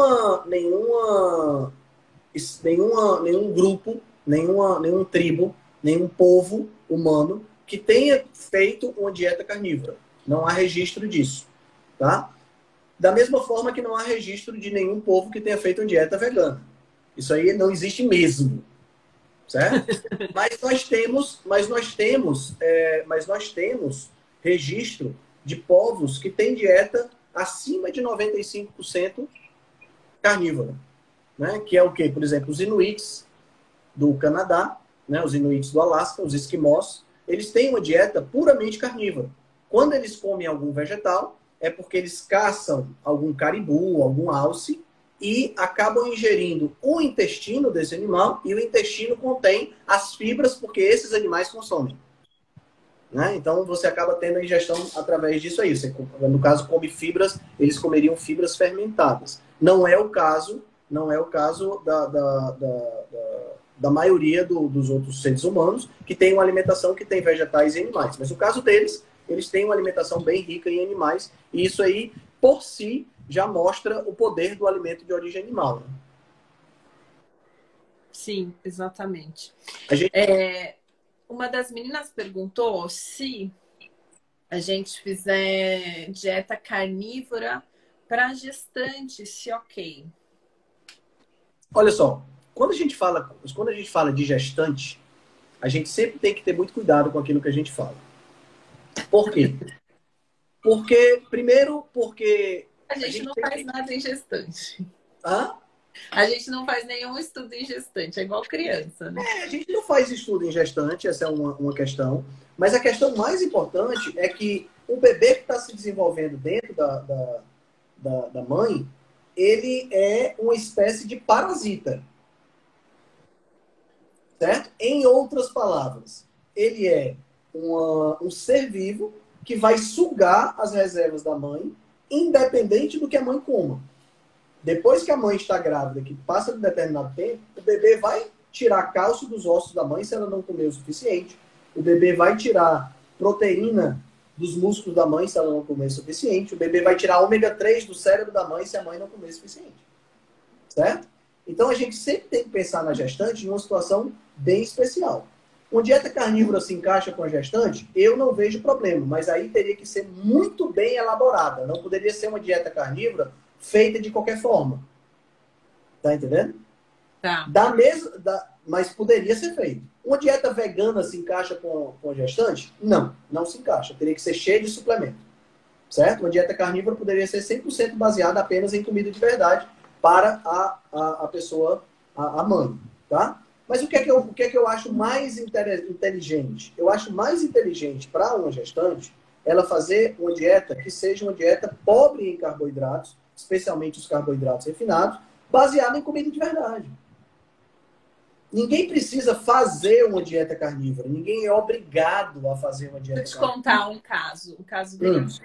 grupo, nenhum tribo, nenhum povo humano que tenha feito uma dieta carnívora. Não há registro disso, tá? Da mesma forma que não há registro de nenhum povo que tenha feito uma dieta vegana. Isso aí não existe mesmo, certo? Mas nós temos registro de povos que têm dieta acima de 95% carnívora, né? Que é o quê? Por exemplo, os Inuits do Canadá, né? Os Inuits do Alasca, os Esquimós, eles têm uma dieta puramente carnívora. Quando eles comem algum vegetal, é porque eles caçam algum caribu, algum alce, e acabam ingerindo o intestino desse animal, e o intestino contém as fibras, porque esses animais consomem. Né? Então, você acaba tendo a ingestão através disso aí. Você, no caso, come fibras, eles comeriam fibras fermentadas. Não é o caso da maioria dos outros seres humanos que tem uma alimentação que tem vegetais e animais. Mas o caso deles, eles têm uma alimentação bem rica em animais, e isso aí, por si, já mostra o poder do alimento de origem animal. Né? Sim, exatamente. A gente... Uma das meninas perguntou se a gente fizer dieta carnívora para gestante, se ok. Olha só, quando a gente fala de gestante, a gente sempre tem que ter muito cuidado com aquilo que a gente fala. Por quê? Primeiro, porque a gente não faz nada em gestante. Hã? A gente não faz nenhum estudo em gestante, é igual criança, né? A gente não faz estudo em gestante, essa é uma questão. Mas a questão mais importante é que o bebê que está se desenvolvendo dentro da mãe, ele é uma espécie de parasita. Certo? Em outras palavras, ele é um ser vivo que vai sugar as reservas da mãe, independente do que a mãe coma. Depois que a mãe está grávida, que passa de determinado tempo, o bebê vai tirar cálcio dos ossos da mãe se ela não comer o suficiente. O bebê vai tirar proteína dos músculos da mãe se ela não comer o suficiente. O bebê vai tirar ômega 3 do cérebro da mãe se a mãe não comer o suficiente. Certo? Então a gente sempre tem que pensar na gestante numa situação bem especial. Uma dieta carnívora se encaixa com a gestante? Eu não vejo problema, mas aí teria que ser muito bem elaborada. Não poderia ser uma dieta carnívora feita de qualquer forma. Tá entendendo? Tá. Mas poderia ser feito. Uma dieta vegana se encaixa com a gestante? Não se encaixa. Teria que ser cheia de suplemento. Certo? Uma dieta carnívora poderia ser 100% baseada apenas em comida de verdade para a pessoa, a mãe. Tá? Mas o que é que eu acho mais inteligente? Eu acho mais inteligente para uma gestante ela fazer uma dieta que seja uma dieta pobre em carboidratos, especialmente os carboidratos refinados, baseada em comida de verdade. Ninguém precisa fazer uma dieta carnívora. Ninguém é obrigado a fazer uma dieta carnívora. Vou te contar um caso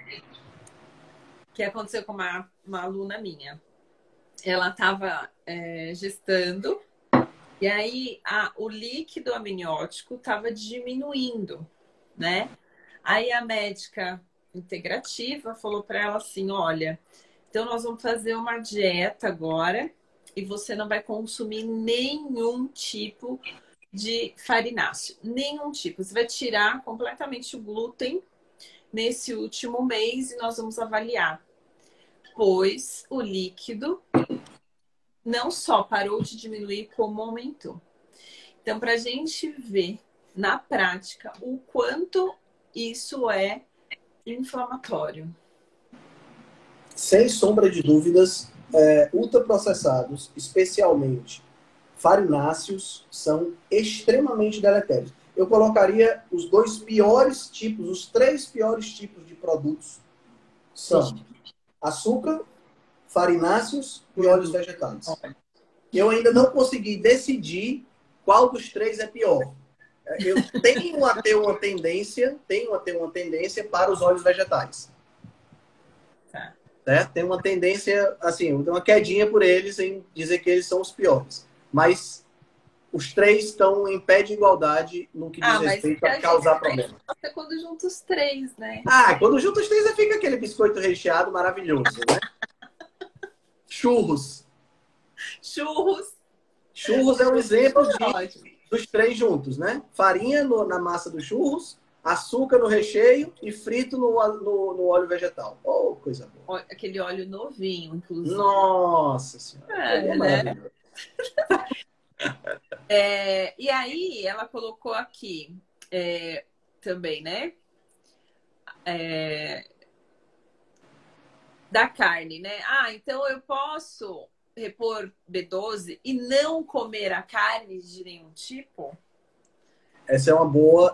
que aconteceu com uma aluna minha. Ela estava gestando e aí o líquido amniótico estava diminuindo, né? Aí a médica integrativa falou para ela assim, olha, então nós vamos fazer uma dieta agora e você não vai consumir nenhum tipo de farináceo, nenhum tipo. Você vai tirar completamente o glúten nesse último mês e nós vamos avaliar. Pois o líquido não só parou de diminuir, como aumentou. Então, para a gente ver na prática o quanto isso é inflamatório. Sem sombra de dúvidas, ultraprocessados, especialmente farináceos, são extremamente deletérios. Eu colocaria os dois piores tipos, os três piores tipos de produtos são açúcar, farináceos e óleos vegetais. Eu ainda não consegui decidir qual dos três é pior. Eu tenho a ter uma tendência para os óleos vegetais. Tá. Certo? Tem uma tendência, assim, eu tenho uma quedinha por eles em dizer que eles são os piores. Mas os três estão em pé de igualdade no que diz respeito a causar problema. É quando junta os três, né? Quando junta os três, fica aquele biscoito recheado maravilhoso, né? Churros. Churros é um exemplo dos três juntos, né? Farinha na massa dos churros, açúcar no recheio e frito no óleo vegetal. Oh, coisa boa. Aquele óleo novinho, inclusive. Nossa Senhora. Maravilhoso. E aí, ela colocou aqui também, né? Da carne, né? Então eu posso repor B12 e não comer a carne de nenhum tipo? Essa é uma boa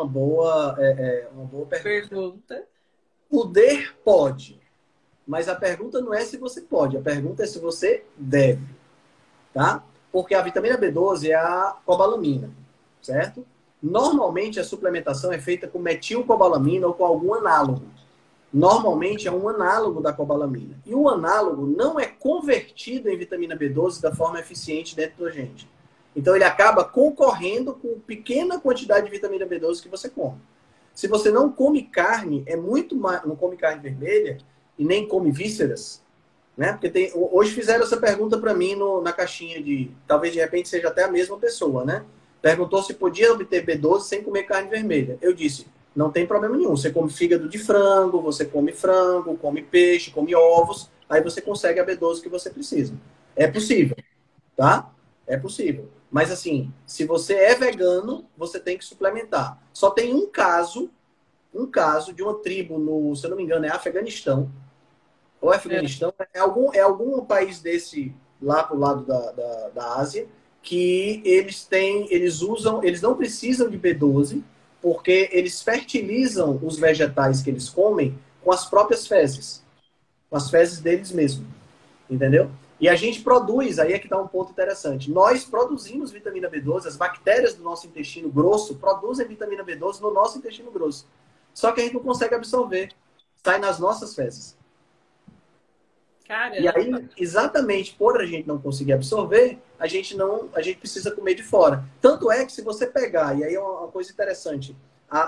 pergunta. Poder pode, mas a pergunta não é se você pode, a pergunta é se você deve, tá? Porque a vitamina B12 é a cobalamina, certo? Normalmente a suplementação é feita com metilcobalamina ou com algum análogo. Normalmente é um análogo da cobalamina. E o análogo não é convertido em vitamina B12 da forma eficiente dentro da gente. Então ele acaba concorrendo com pequena quantidade de vitamina B12 que você come. Se você não come carne, não come carne vermelha e nem come vísceras, né? Porque hoje fizeram essa pergunta para mim na caixinha talvez de repente seja até a mesma pessoa, né? Perguntou se podia obter B12 sem comer carne vermelha. Eu disse, não tem problema nenhum. Você come fígado de frango, você come frango, come peixe, come ovos, aí você consegue a B12 que você precisa. É possível, tá? É possível. Mas assim, se você é vegano, você tem que suplementar. Só tem um caso de uma tribo se eu não me engano, é Afeganistão. Ou Afeganistão, é algum país desse lá pro lado da Ásia, que eles não precisam de B12, porque eles fertilizam os vegetais que eles comem com as próprias fezes. Com as fezes deles mesmos. Entendeu? E a gente produz, aí é que está um ponto interessante. Nós produzimos vitamina B12, as bactérias do nosso intestino grosso produzem vitamina B12 no nosso intestino grosso. Só que a gente não consegue absorver. Sai nas nossas fezes. Caramba. E aí, exatamente por a gente não conseguir absorver, a gente precisa comer de fora. Tanto é que se você pegar, e aí é uma coisa interessante,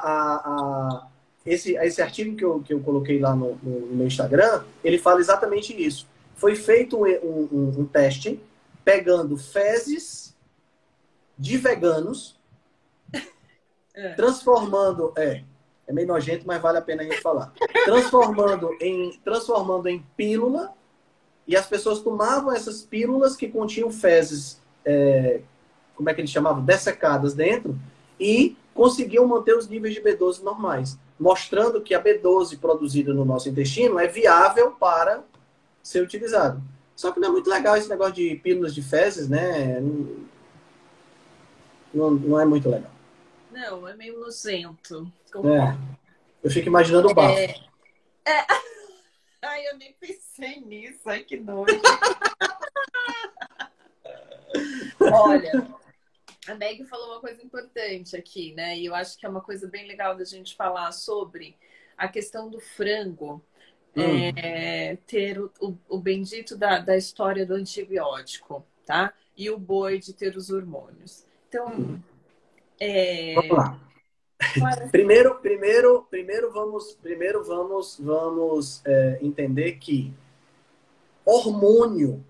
esse artigo que eu coloquei lá no meu Instagram, ele fala exatamente isso. Foi feito um teste pegando fezes de veganos, transformando... É meio nojento, mas vale a pena a gente falar. Transformando em pílula, e as pessoas tomavam essas pílulas que continham fezes, como é que eles chamavam? Dessecadas dentro, e conseguiam manter os níveis de B12 normais, mostrando que a B12 produzida no nosso intestino é viável para ser utilizado. Só que não é muito legal esse negócio de pílulas de fezes, né? Não é muito legal. Não, é meio nojento. Eu fico imaginando o bafo. Ai, eu nem pensei nisso. Ai, que nojo. Olha, a Meg falou uma coisa importante aqui, né? E eu acho que é uma coisa bem legal da gente falar sobre a questão do frango ter o bendito da história do antibiótico, tá? E o boi de ter os hormônios. Então, Vamos lá. Primeiro vamos entender que hormônio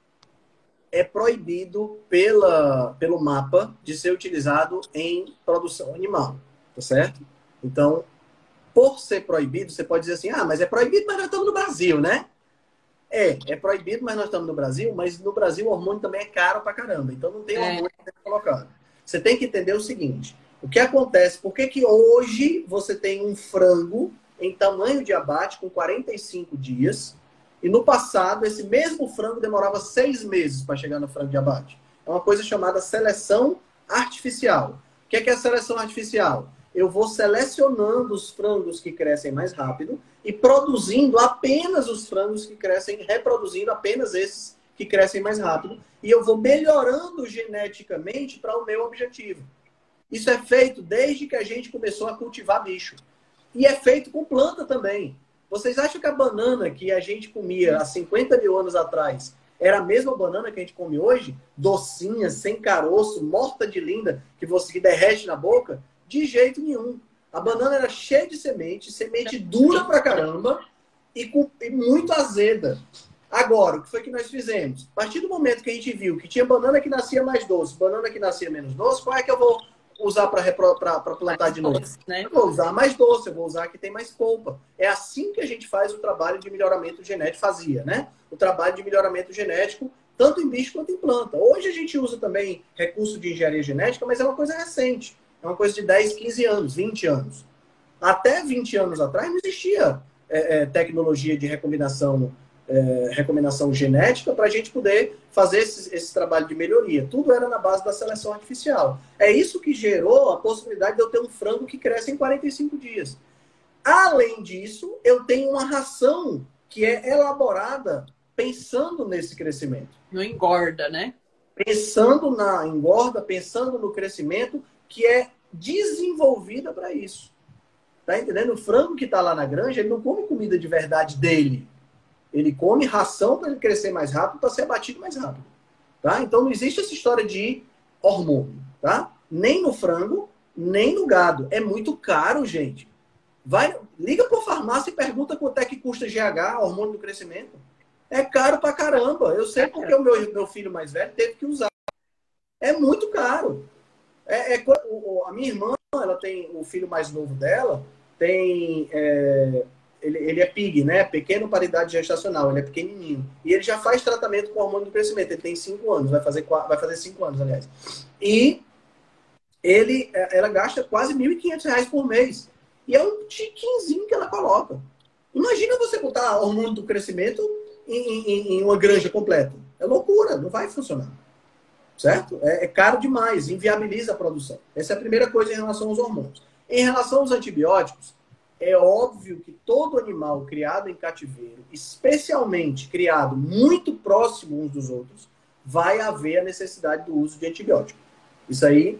é proibido pelo mapa de ser utilizado em produção animal, tá certo? Então, por ser proibido, você pode dizer assim, mas é proibido, mas nós estamos no Brasil, né? É proibido, mas nós estamos no Brasil, mas no Brasil o hormônio também é caro pra caramba, então não tem hormônio que ser colocado. Você tem que entender o seguinte, o que acontece, por que hoje você tem um frango em tamanho de abate com 45 dias, e no passado esse mesmo frango demorava 6 meses para chegar no frango de abate? É uma coisa chamada seleção artificial. O que é a seleção artificial? Eu vou selecionando os frangos que crescem mais rápido e produzindo apenas os frangos que crescem, reproduzindo apenas esses que crescem mais rápido. E eu vou melhorando geneticamente para o meu objetivo. Isso é feito desde que a gente começou a cultivar bicho. E é feito com planta também. Vocês acham que a banana que a gente comia há 50 mil anos atrás era a mesma banana que a gente come hoje? Docinha, sem caroço, morta de linda, que derrete na boca? De jeito nenhum. A banana era cheia de semente dura pra caramba e muito azeda. Agora, o que foi que nós fizemos? A partir do momento que a gente viu que tinha banana que nascia mais doce, banana que nascia menos doce, qual é que eu vou usar para plantar de novo? Né? Eu vou usar mais doce, eu vou usar que tem mais polpa. É assim que a gente faz o trabalho de melhoramento genético, fazia, né? O trabalho de melhoramento genético, tanto em bicho quanto em planta. Hoje a gente usa também recurso de engenharia genética, mas é uma coisa recente. É uma coisa de 10, 15 anos, 20 anos. Até 20 anos atrás não existia tecnologia de recombinação genética para a gente poder fazer esse trabalho de melhoria. Tudo era na base da seleção artificial. É isso que gerou a possibilidade de eu ter um frango que cresce em 45 dias. Além disso, eu tenho uma ração que é elaborada pensando nesse crescimento. Não engorda, né? Pensando na engorda, pensando no crescimento, que é desenvolvida para isso. Tá entendendo? O frango que está lá na granja, ele não come comida de verdade dele. Ele come ração para ele crescer mais rápido, para ser abatido mais rápido. Tá? Então não existe essa história de hormônio. Tá? Nem no frango, nem no gado. É muito caro, gente. Liga para a farmácia e pergunta quanto é que custa GH, hormônio do crescimento. É caro pra caramba. Eu sei porque o meu filho mais velho teve que usar. É muito caro. A minha irmã, ela tem o filho mais novo dela, tem... Ele é PIG, né? Pequeno paridade gestacional, ele é pequenininho. E ele já faz tratamento com hormônio do crescimento. Ele tem 5 anos, vai fazer 5 anos, aliás. E ela gasta quase R$1.500 por mês. E é um tiquinzinho que ela coloca. Imagina você botar hormônio do crescimento em uma granja completa. É loucura, não vai funcionar. Certo? É caro demais, inviabiliza a produção. Essa é a primeira coisa em relação aos hormônios. Em relação aos antibióticos, é óbvio que todo animal criado em cativeiro, especialmente criado muito próximo uns dos outros, vai haver a necessidade do uso de antibiótico. Isso aí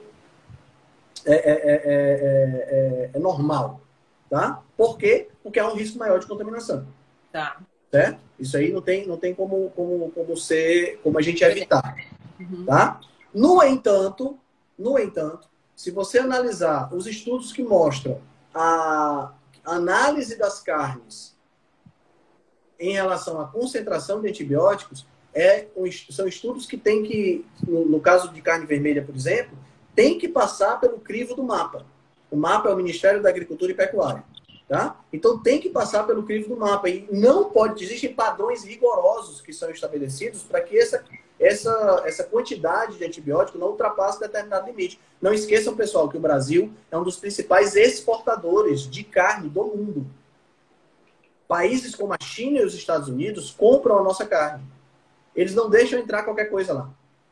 é normal. Tá? Por quê? Porque há um risco maior de contaminação. Tá. Certo? Isso aí não tem como a gente evitar. Uhum. Tá? No entanto, se você analisar os estudos que mostram a análise das carnes em relação à concentração de antibióticos, são estudos que tem que, no caso de carne vermelha, por exemplo, tem que passar pelo crivo do MAPA. O MAPA é o Ministério da Agricultura e Pecuária. Tá? Então tem que passar pelo crivo do MAPA. E não pode, existem padrões rigorosos que são estabelecidos para que essa quantidade de antibiótico não ultrapasse determinado limite. Não esqueçam, pessoal, que o Brasil é um dos principais exportadores de carne do mundo. Países como a China e os Estados Unidos compram a nossa carne. Eles não deixam entrar qualquer coisa lá.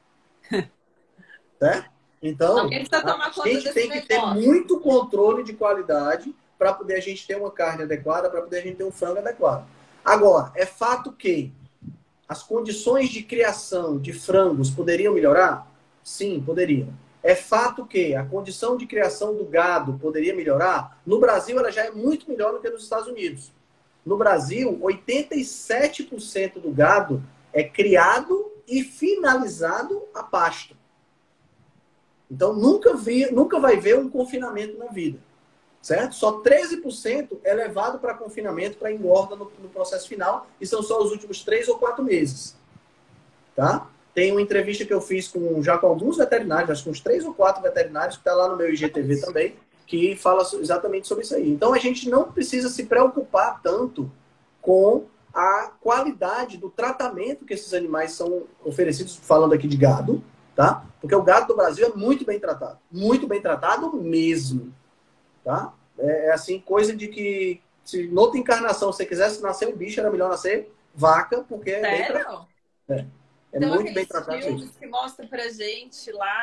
Certo? Então, a gente tem que ter muito controle de qualidade para poder a gente ter uma carne adequada, para poder a gente ter um frango adequado. Agora, é fato que as condições de criação de frangos poderiam melhorar? Sim, poderiam. É fato que a condição de criação do gado poderia melhorar? No Brasil, ela já é muito melhor do que nos Estados Unidos. No Brasil, 87% do gado é criado e finalizado a pasto. Então, nunca vai ver um confinamento na vida, certo? Só 13% é levado para confinamento, para engorda no processo final, e são só os últimos 3 ou 4 meses, tá? Tem uma entrevista que eu fiz já com alguns veterinários, acho que uns 3 ou 4 veterinários, que está lá no meu IGTV também, que fala exatamente sobre isso aí. Então, a gente não precisa se preocupar tanto com a qualidade do tratamento que esses animais são oferecidos, falando aqui de gado, tá? Porque o gado do Brasil é muito bem tratado mesmo, tá? É assim, coisa de que se noutra encarnação você quisesse nascer um bicho, era melhor nascer vaca, porque é bem tratado. É então, muito bem tratado. Filmes que mostra pra gente lá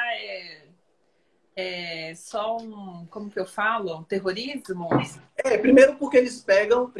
só como que eu falo? Um terrorismo? Primeiro porque eles pegam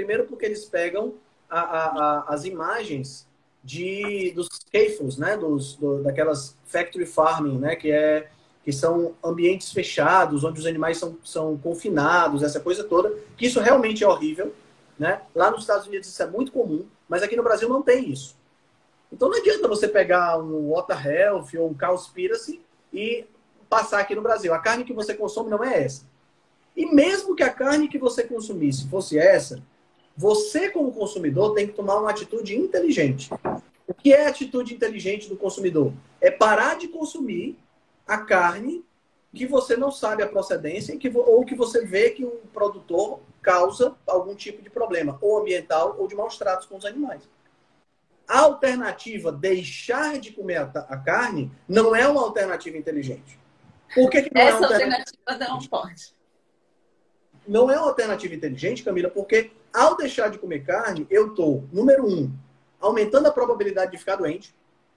as imagens dos CAFOs, né? Daquelas factory farming, né? Que são ambientes fechados, onde os animais são confinados, essa coisa toda, que isso realmente é horrível, né? Lá nos Estados Unidos isso é muito comum, mas aqui no Brasil não tem isso. Então não adianta você pegar um Water Health ou um Cowspiracy e passar aqui no Brasil. A carne que você consome não é essa. E mesmo que a carne que você consumisse fosse essa, você como consumidor tem que tomar uma atitude inteligente. O que é a atitude inteligente do consumidor? É parar de consumir a carne que você não sabe a procedência ou que você vê que o produtor causa algum tipo de problema, ou ambiental ou de maus tratos com os animais. A alternativa, deixar de comer a carne, não é uma alternativa inteligente. Por que não essa alternativa não pode? Não é uma alternativa inteligente, Camila, porque ao deixar de comer carne, eu estou, número 1, aumentando a probabilidade de ficar doente.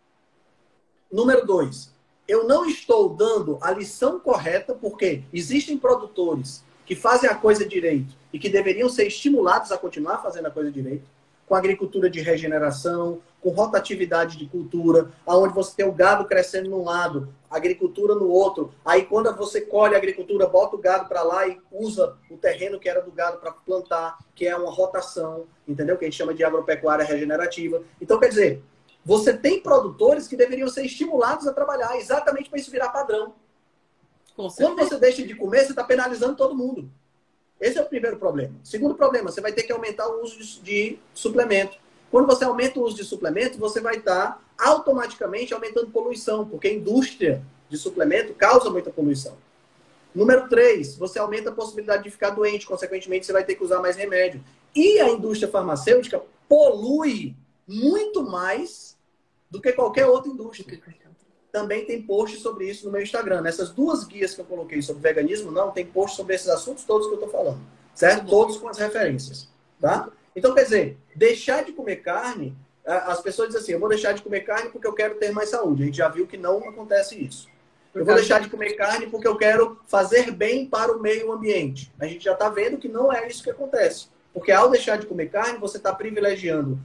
Número 2, eu não estou dando a lição correta, porque existem produtores que fazem a coisa direito e que deveriam ser estimulados a continuar fazendo a coisa direito, com agricultura de regeneração, com rotatividade de cultura, onde você tem o gado crescendo num lado, a agricultura no outro. Aí quando você colhe a agricultura, bota o gado para lá e usa o terreno que era do gado para plantar, que é uma rotação, entendeu? Que a gente chama de agropecuária regenerativa. Então, quer dizer, você tem produtores que deveriam ser estimulados a trabalhar exatamente para isso virar padrão. Quando você deixa de comer, você está penalizando todo mundo. Esse é o primeiro problema. Segundo problema, você vai ter que aumentar o uso de suplemento. Quando você aumenta o uso de suplemento, você vai estar automaticamente aumentando poluição, porque a indústria de suplemento causa muita poluição. Número 3, você aumenta a possibilidade de ficar doente, consequentemente você vai ter que usar mais remédio. E a indústria farmacêutica polui muito mais do que qualquer outra indústria. Também tem post sobre isso no meu Instagram. Nessas 2 guias que eu coloquei sobre veganismo, não, tem post sobre esses assuntos todos que eu estou falando. Certo? Todos com as referências. Tá? Então, quer dizer, deixar de comer carne, as pessoas dizem assim, eu vou deixar de comer carne porque eu quero ter mais saúde. A gente já viu que não acontece isso. Eu vou deixar de comer carne porque eu quero fazer bem para o meio ambiente. A gente já está vendo que não é isso que acontece. Porque ao deixar de comer carne, você está privilegiando,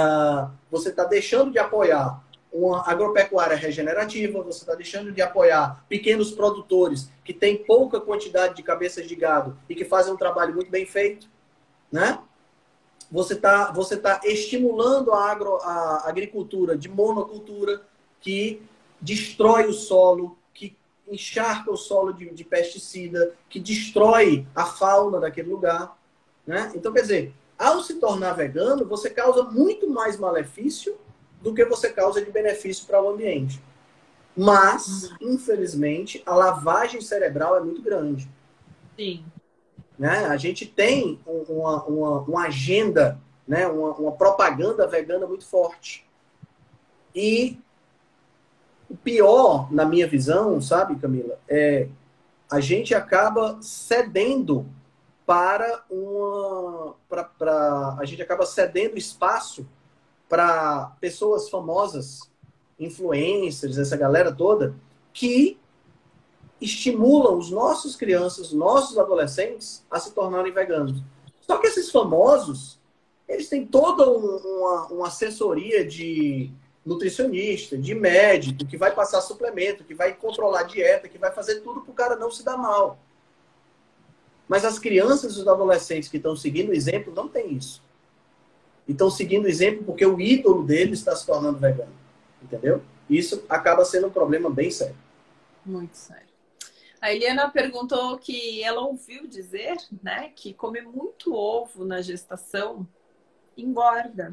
você está deixando de apoiar uma agropecuária regenerativa, você está deixando de apoiar pequenos produtores que têm pouca quantidade de cabeças de gado e que fazem um trabalho muito bem feito, né? Você tá estimulando a agricultura de monocultura que destrói o solo, que encharca o solo de pesticida, que destrói a fauna daquele lugar, né? Então, quer dizer, ao se tornar vegano, você causa muito mais malefício do que você causa de benefício para o ambiente. Mas, infelizmente, a lavagem cerebral é muito grande. Sim. Né? A gente tem uma agenda, né? uma propaganda vegana muito forte. E o pior, na minha visão, sabe, Camila, a gente acaba cedendo a gente acaba cedendo espaço para pessoas famosas, influencers, essa galera toda, que estimulam os nossos crianças, nossos adolescentes a se tornarem veganos. Só que esses famosos, eles têm toda uma assessoria de nutricionista, de médico, que vai passar suplemento, que vai controlar a dieta, que vai fazer tudo para o cara não se dar mal. Mas as crianças e os adolescentes que estão seguindo o exemplo não têm isso. E estão seguindo o exemplo porque o ídolo deles está se tornando vegano. Entendeu? Isso acaba sendo um problema bem sério. Muito sério. A Eliana perguntou que ela ouviu dizer, né, que comer muito ovo na gestação engorda.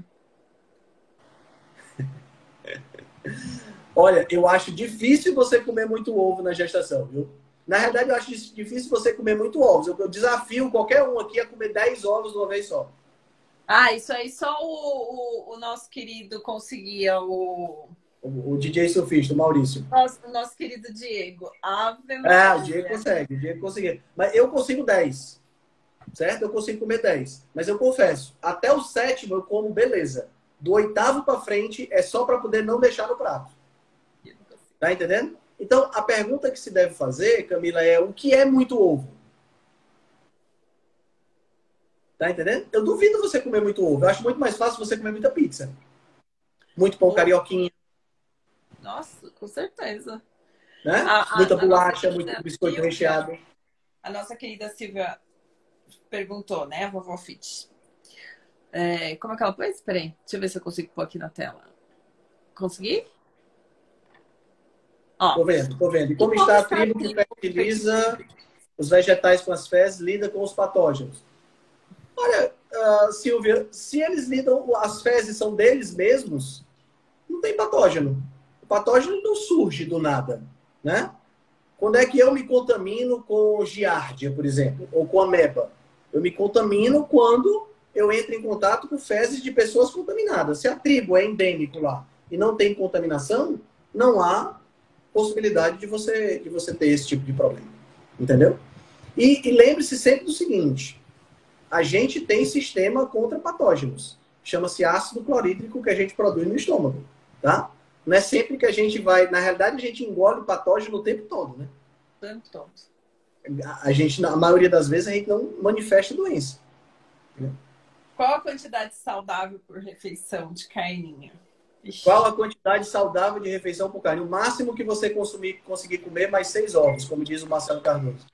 Olha, eu acho difícil você comer muito ovo na gestação, viu? Na realidade, eu acho difícil você comer muito ovos. Eu desafio qualquer um aqui a comer 10 ovos de uma vez só. Ah, isso aí só o nosso querido conseguia, O DJ surfista, o Maurício. o nosso querido Diego. Ave O Diego Maria. consegue, o Diego consegue. Mas eu consigo 10, certo? Eu consigo comer 10. Mas eu confesso, até o sétimo eu como beleza. Do oitavo para frente é só para poder não deixar no prato. Tá entendendo? Então, a pergunta que se deve fazer, Camila, é o que é muito ovo? Tá entendendo? Eu duvido você comer muito ovo. Eu acho muito mais fácil você comer muita pizza. Muito pão carioquinha, Nossa, com certeza. né? A, Muita a, a nossa bolacha, muito querida biscoito Silvia, recheado. a nossa querida Silvia perguntou, né, a vovó Fit. Como é que ela pôs? Peraí, deixa eu ver se eu consigo pôr aqui na tela. Consegui? Ó, Tô vendo, tô vendo. E como como está a está a tribo que tribo que fertiliza os vegetais com as fezes, lida com os patógenos? Olha, Silvia, se eles lidam, as fezes são deles mesmos, não tem patógeno. O patógeno não surge do nada, né? Quando é que eu me contamino com giardia, por exemplo, ou com ameba? Eu me contamino quando eu entro em contato com fezes de pessoas contaminadas. Se a tribo é endêmico lá e não tem contaminação, não há possibilidade de você ter esse tipo de problema. Entendeu? E lembre-se sempre do seguinte: a gente tem sistema contra patógenos. Chama-se ácido clorídrico que a gente produz no estômago, tá? Não é sempre que a gente vai... Na realidade, a gente engole o patógeno o tempo todo, né? tempo todo. A gente, na maioria das vezes, a gente não manifesta doença. Qual a quantidade saudável por refeição de carninha? Ixi. Qual a quantidade saudável de refeição por carne? O máximo que você conseguir comer, mais 6 ovos, como diz o Marcelo Cardoso.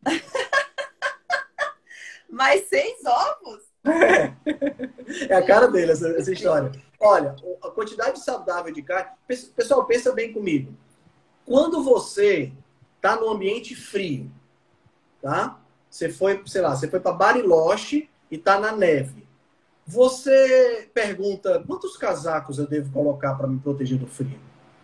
Mais 6 ovos? É a cara dele, essa história. Olha, a quantidade saudável de carne... Pessoal, pensa bem comigo. Quando você está no ambiente frio, tá? Você foi, sei lá, você foi para Bariloche e está na neve. Você pergunta, quantos casacos eu devo colocar para me proteger do frio?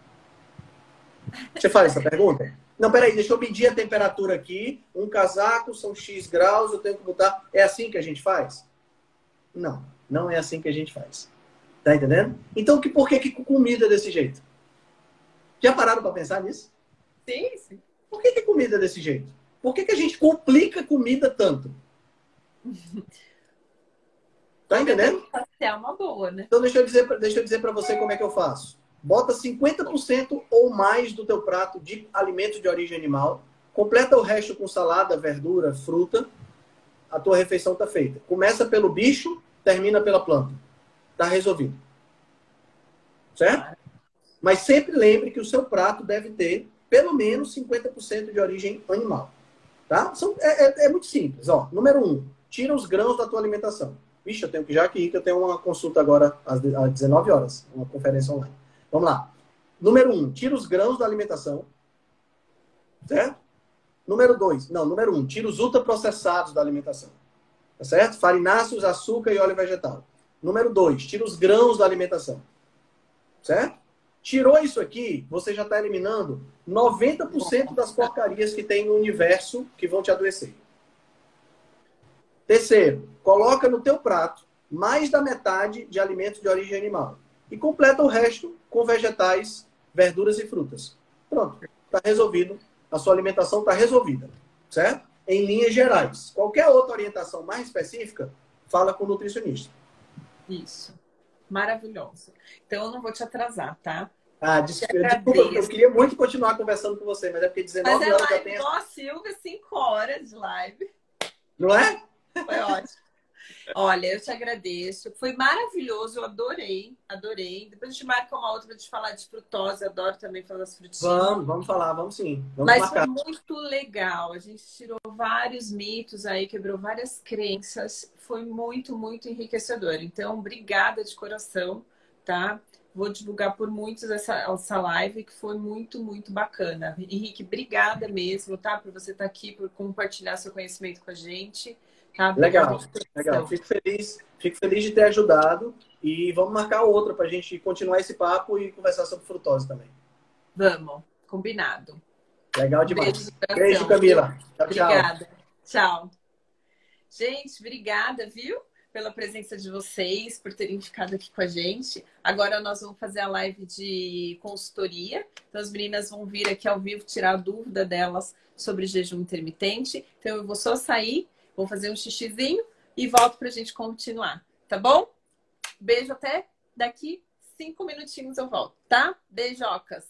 Você faz essa pergunta? Não, peraí, deixa eu medir a temperatura aqui. Um casaco são X graus, eu tenho que botar... É assim que a gente faz? Não, não é assim que a gente faz. Tá entendendo? Então, por que comida é desse jeito? Já pararam para pensar nisso? Sim, sim. Por que comida é desse jeito? Por que a gente complica comida tanto? Tá entendendo? É uma boa, né? Então, deixa eu dizer para você como é que eu faço. Bota 50% ou mais do teu prato de alimentos de origem animal. Completa o resto com salada, verdura, fruta. A tua refeição está feita. Começa pelo bicho, termina pela planta. Tá resolvido. Certo? Mas sempre lembre que o seu prato deve ter pelo menos 50% de origem animal. Tá? É muito simples. Ó, número 1, tira os grãos da tua alimentação. Vixe, eu tenho que já ir, que eu tenho uma consulta agora às 19 horas, uma conferência online. Vamos lá. Número 1, tira os grãos da alimentação. Certo? Número 1, tira os ultraprocessados da alimentação. Tá certo? Farináceos, açúcar e óleo vegetal. Número 2, tira os grãos da alimentação. Certo? Tirou isso aqui, você já está eliminando 90% das porcarias que tem no universo que vão te adoecer. Terceiro, coloca no teu prato mais da metade de alimentos de origem animal. E completa o resto com vegetais, verduras e frutas. Pronto, está resolvido. A sua alimentação está resolvida. Certo? Em linhas gerais. Qualquer outra orientação mais específica, fala com o nutricionista. Isso. Maravilhoso. Então, eu não vou te atrasar, tá? Desculpa, eu queria muito continuar conversando com você, mas é porque 19 horas já tem... Igual a Silvia, 5 horas de live. Não é? Foi ótimo. Olha, eu te agradeço. Foi maravilhoso, eu adorei, adorei. Depois a gente marca uma outra para te falar de frutose, eu adoro também falar das frutinhas. Vamos falar, vamos sim. Mas marcar. Foi muito legal. A gente tirou vários mitos aí, quebrou várias crenças. Foi muito, muito enriquecedor. Então, obrigada de coração, tá? vou divulgar por muitos essa live, que foi muito, muito bacana. Henrique, obrigada mesmo, tá? Por você estar aqui, por compartilhar seu conhecimento com a gente. Tá? Legal. Fico feliz de ter ajudado e vamos marcar outra para a gente continuar esse papo e conversar sobre frutose também. Vamos, combinado. Legal demais. Beijo, Camila. Tchau, obrigada. Tchau. Gente, obrigada, viu? Pela presença de vocês, por terem ficado aqui com a gente. Agora nós vamos fazer a live de consultoria. Então as meninas vão vir aqui ao vivo tirar a dúvida delas sobre jejum intermitente. Então eu vou só sair, vou fazer um xixizinho e volto pra gente continuar, tá bom? Beijo, até daqui 5 minutinhos eu volto, tá? Beijocas!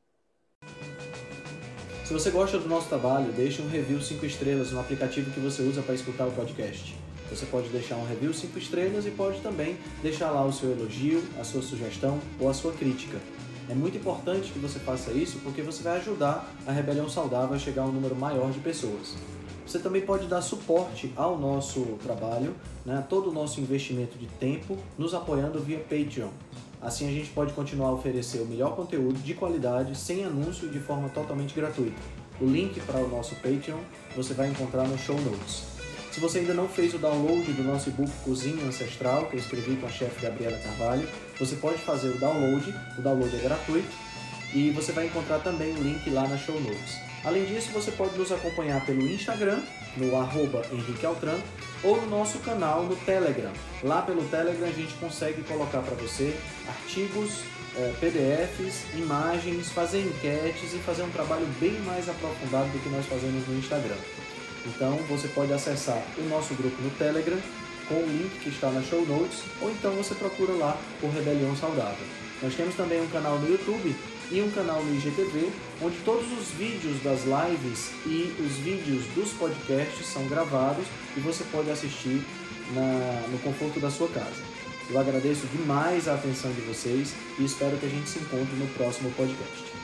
Se você gosta do nosso trabalho, deixe um review 5 estrelas no aplicativo que você usa para escutar o podcast. Você pode deixar um review 5 estrelas e pode também deixar lá o seu elogio, a sua sugestão ou a sua crítica. É muito importante que você faça isso porque você vai ajudar a Rebelião Saudável a chegar a um número maior de pessoas. Você também pode dar suporte ao nosso trabalho, né, todo o nosso investimento de tempo, nos apoiando via Patreon. Assim a gente pode continuar a oferecer o melhor conteúdo de qualidade, sem anúncio e de forma totalmente gratuita. O link para o nosso Patreon você vai encontrar no show notes. Se você ainda não fez o download do nosso e-book Cozinha Ancestral, que eu escrevi com a chefe Gabriela Carvalho, você pode fazer o download é gratuito e você vai encontrar também o link lá na show notes. Além disso, você pode nos acompanhar pelo Instagram, no @HenriqueAltran, ou no nosso canal no Telegram. Lá pelo Telegram a gente consegue colocar para você artigos, PDFs, imagens, fazer enquetes e fazer um trabalho bem mais aprofundado do que nós fazemos no Instagram. Então você pode acessar o nosso grupo no Telegram com o link que está na show notes, ou então você procura lá por Rebelião Saudável. Nós temos também um canal no YouTube e um canal no IGTV, onde todos os vídeos das lives e os vídeos dos podcasts são gravados e você pode assistir no conforto da sua casa. Eu agradeço demais a atenção de vocês e espero que a gente se encontre no próximo podcast.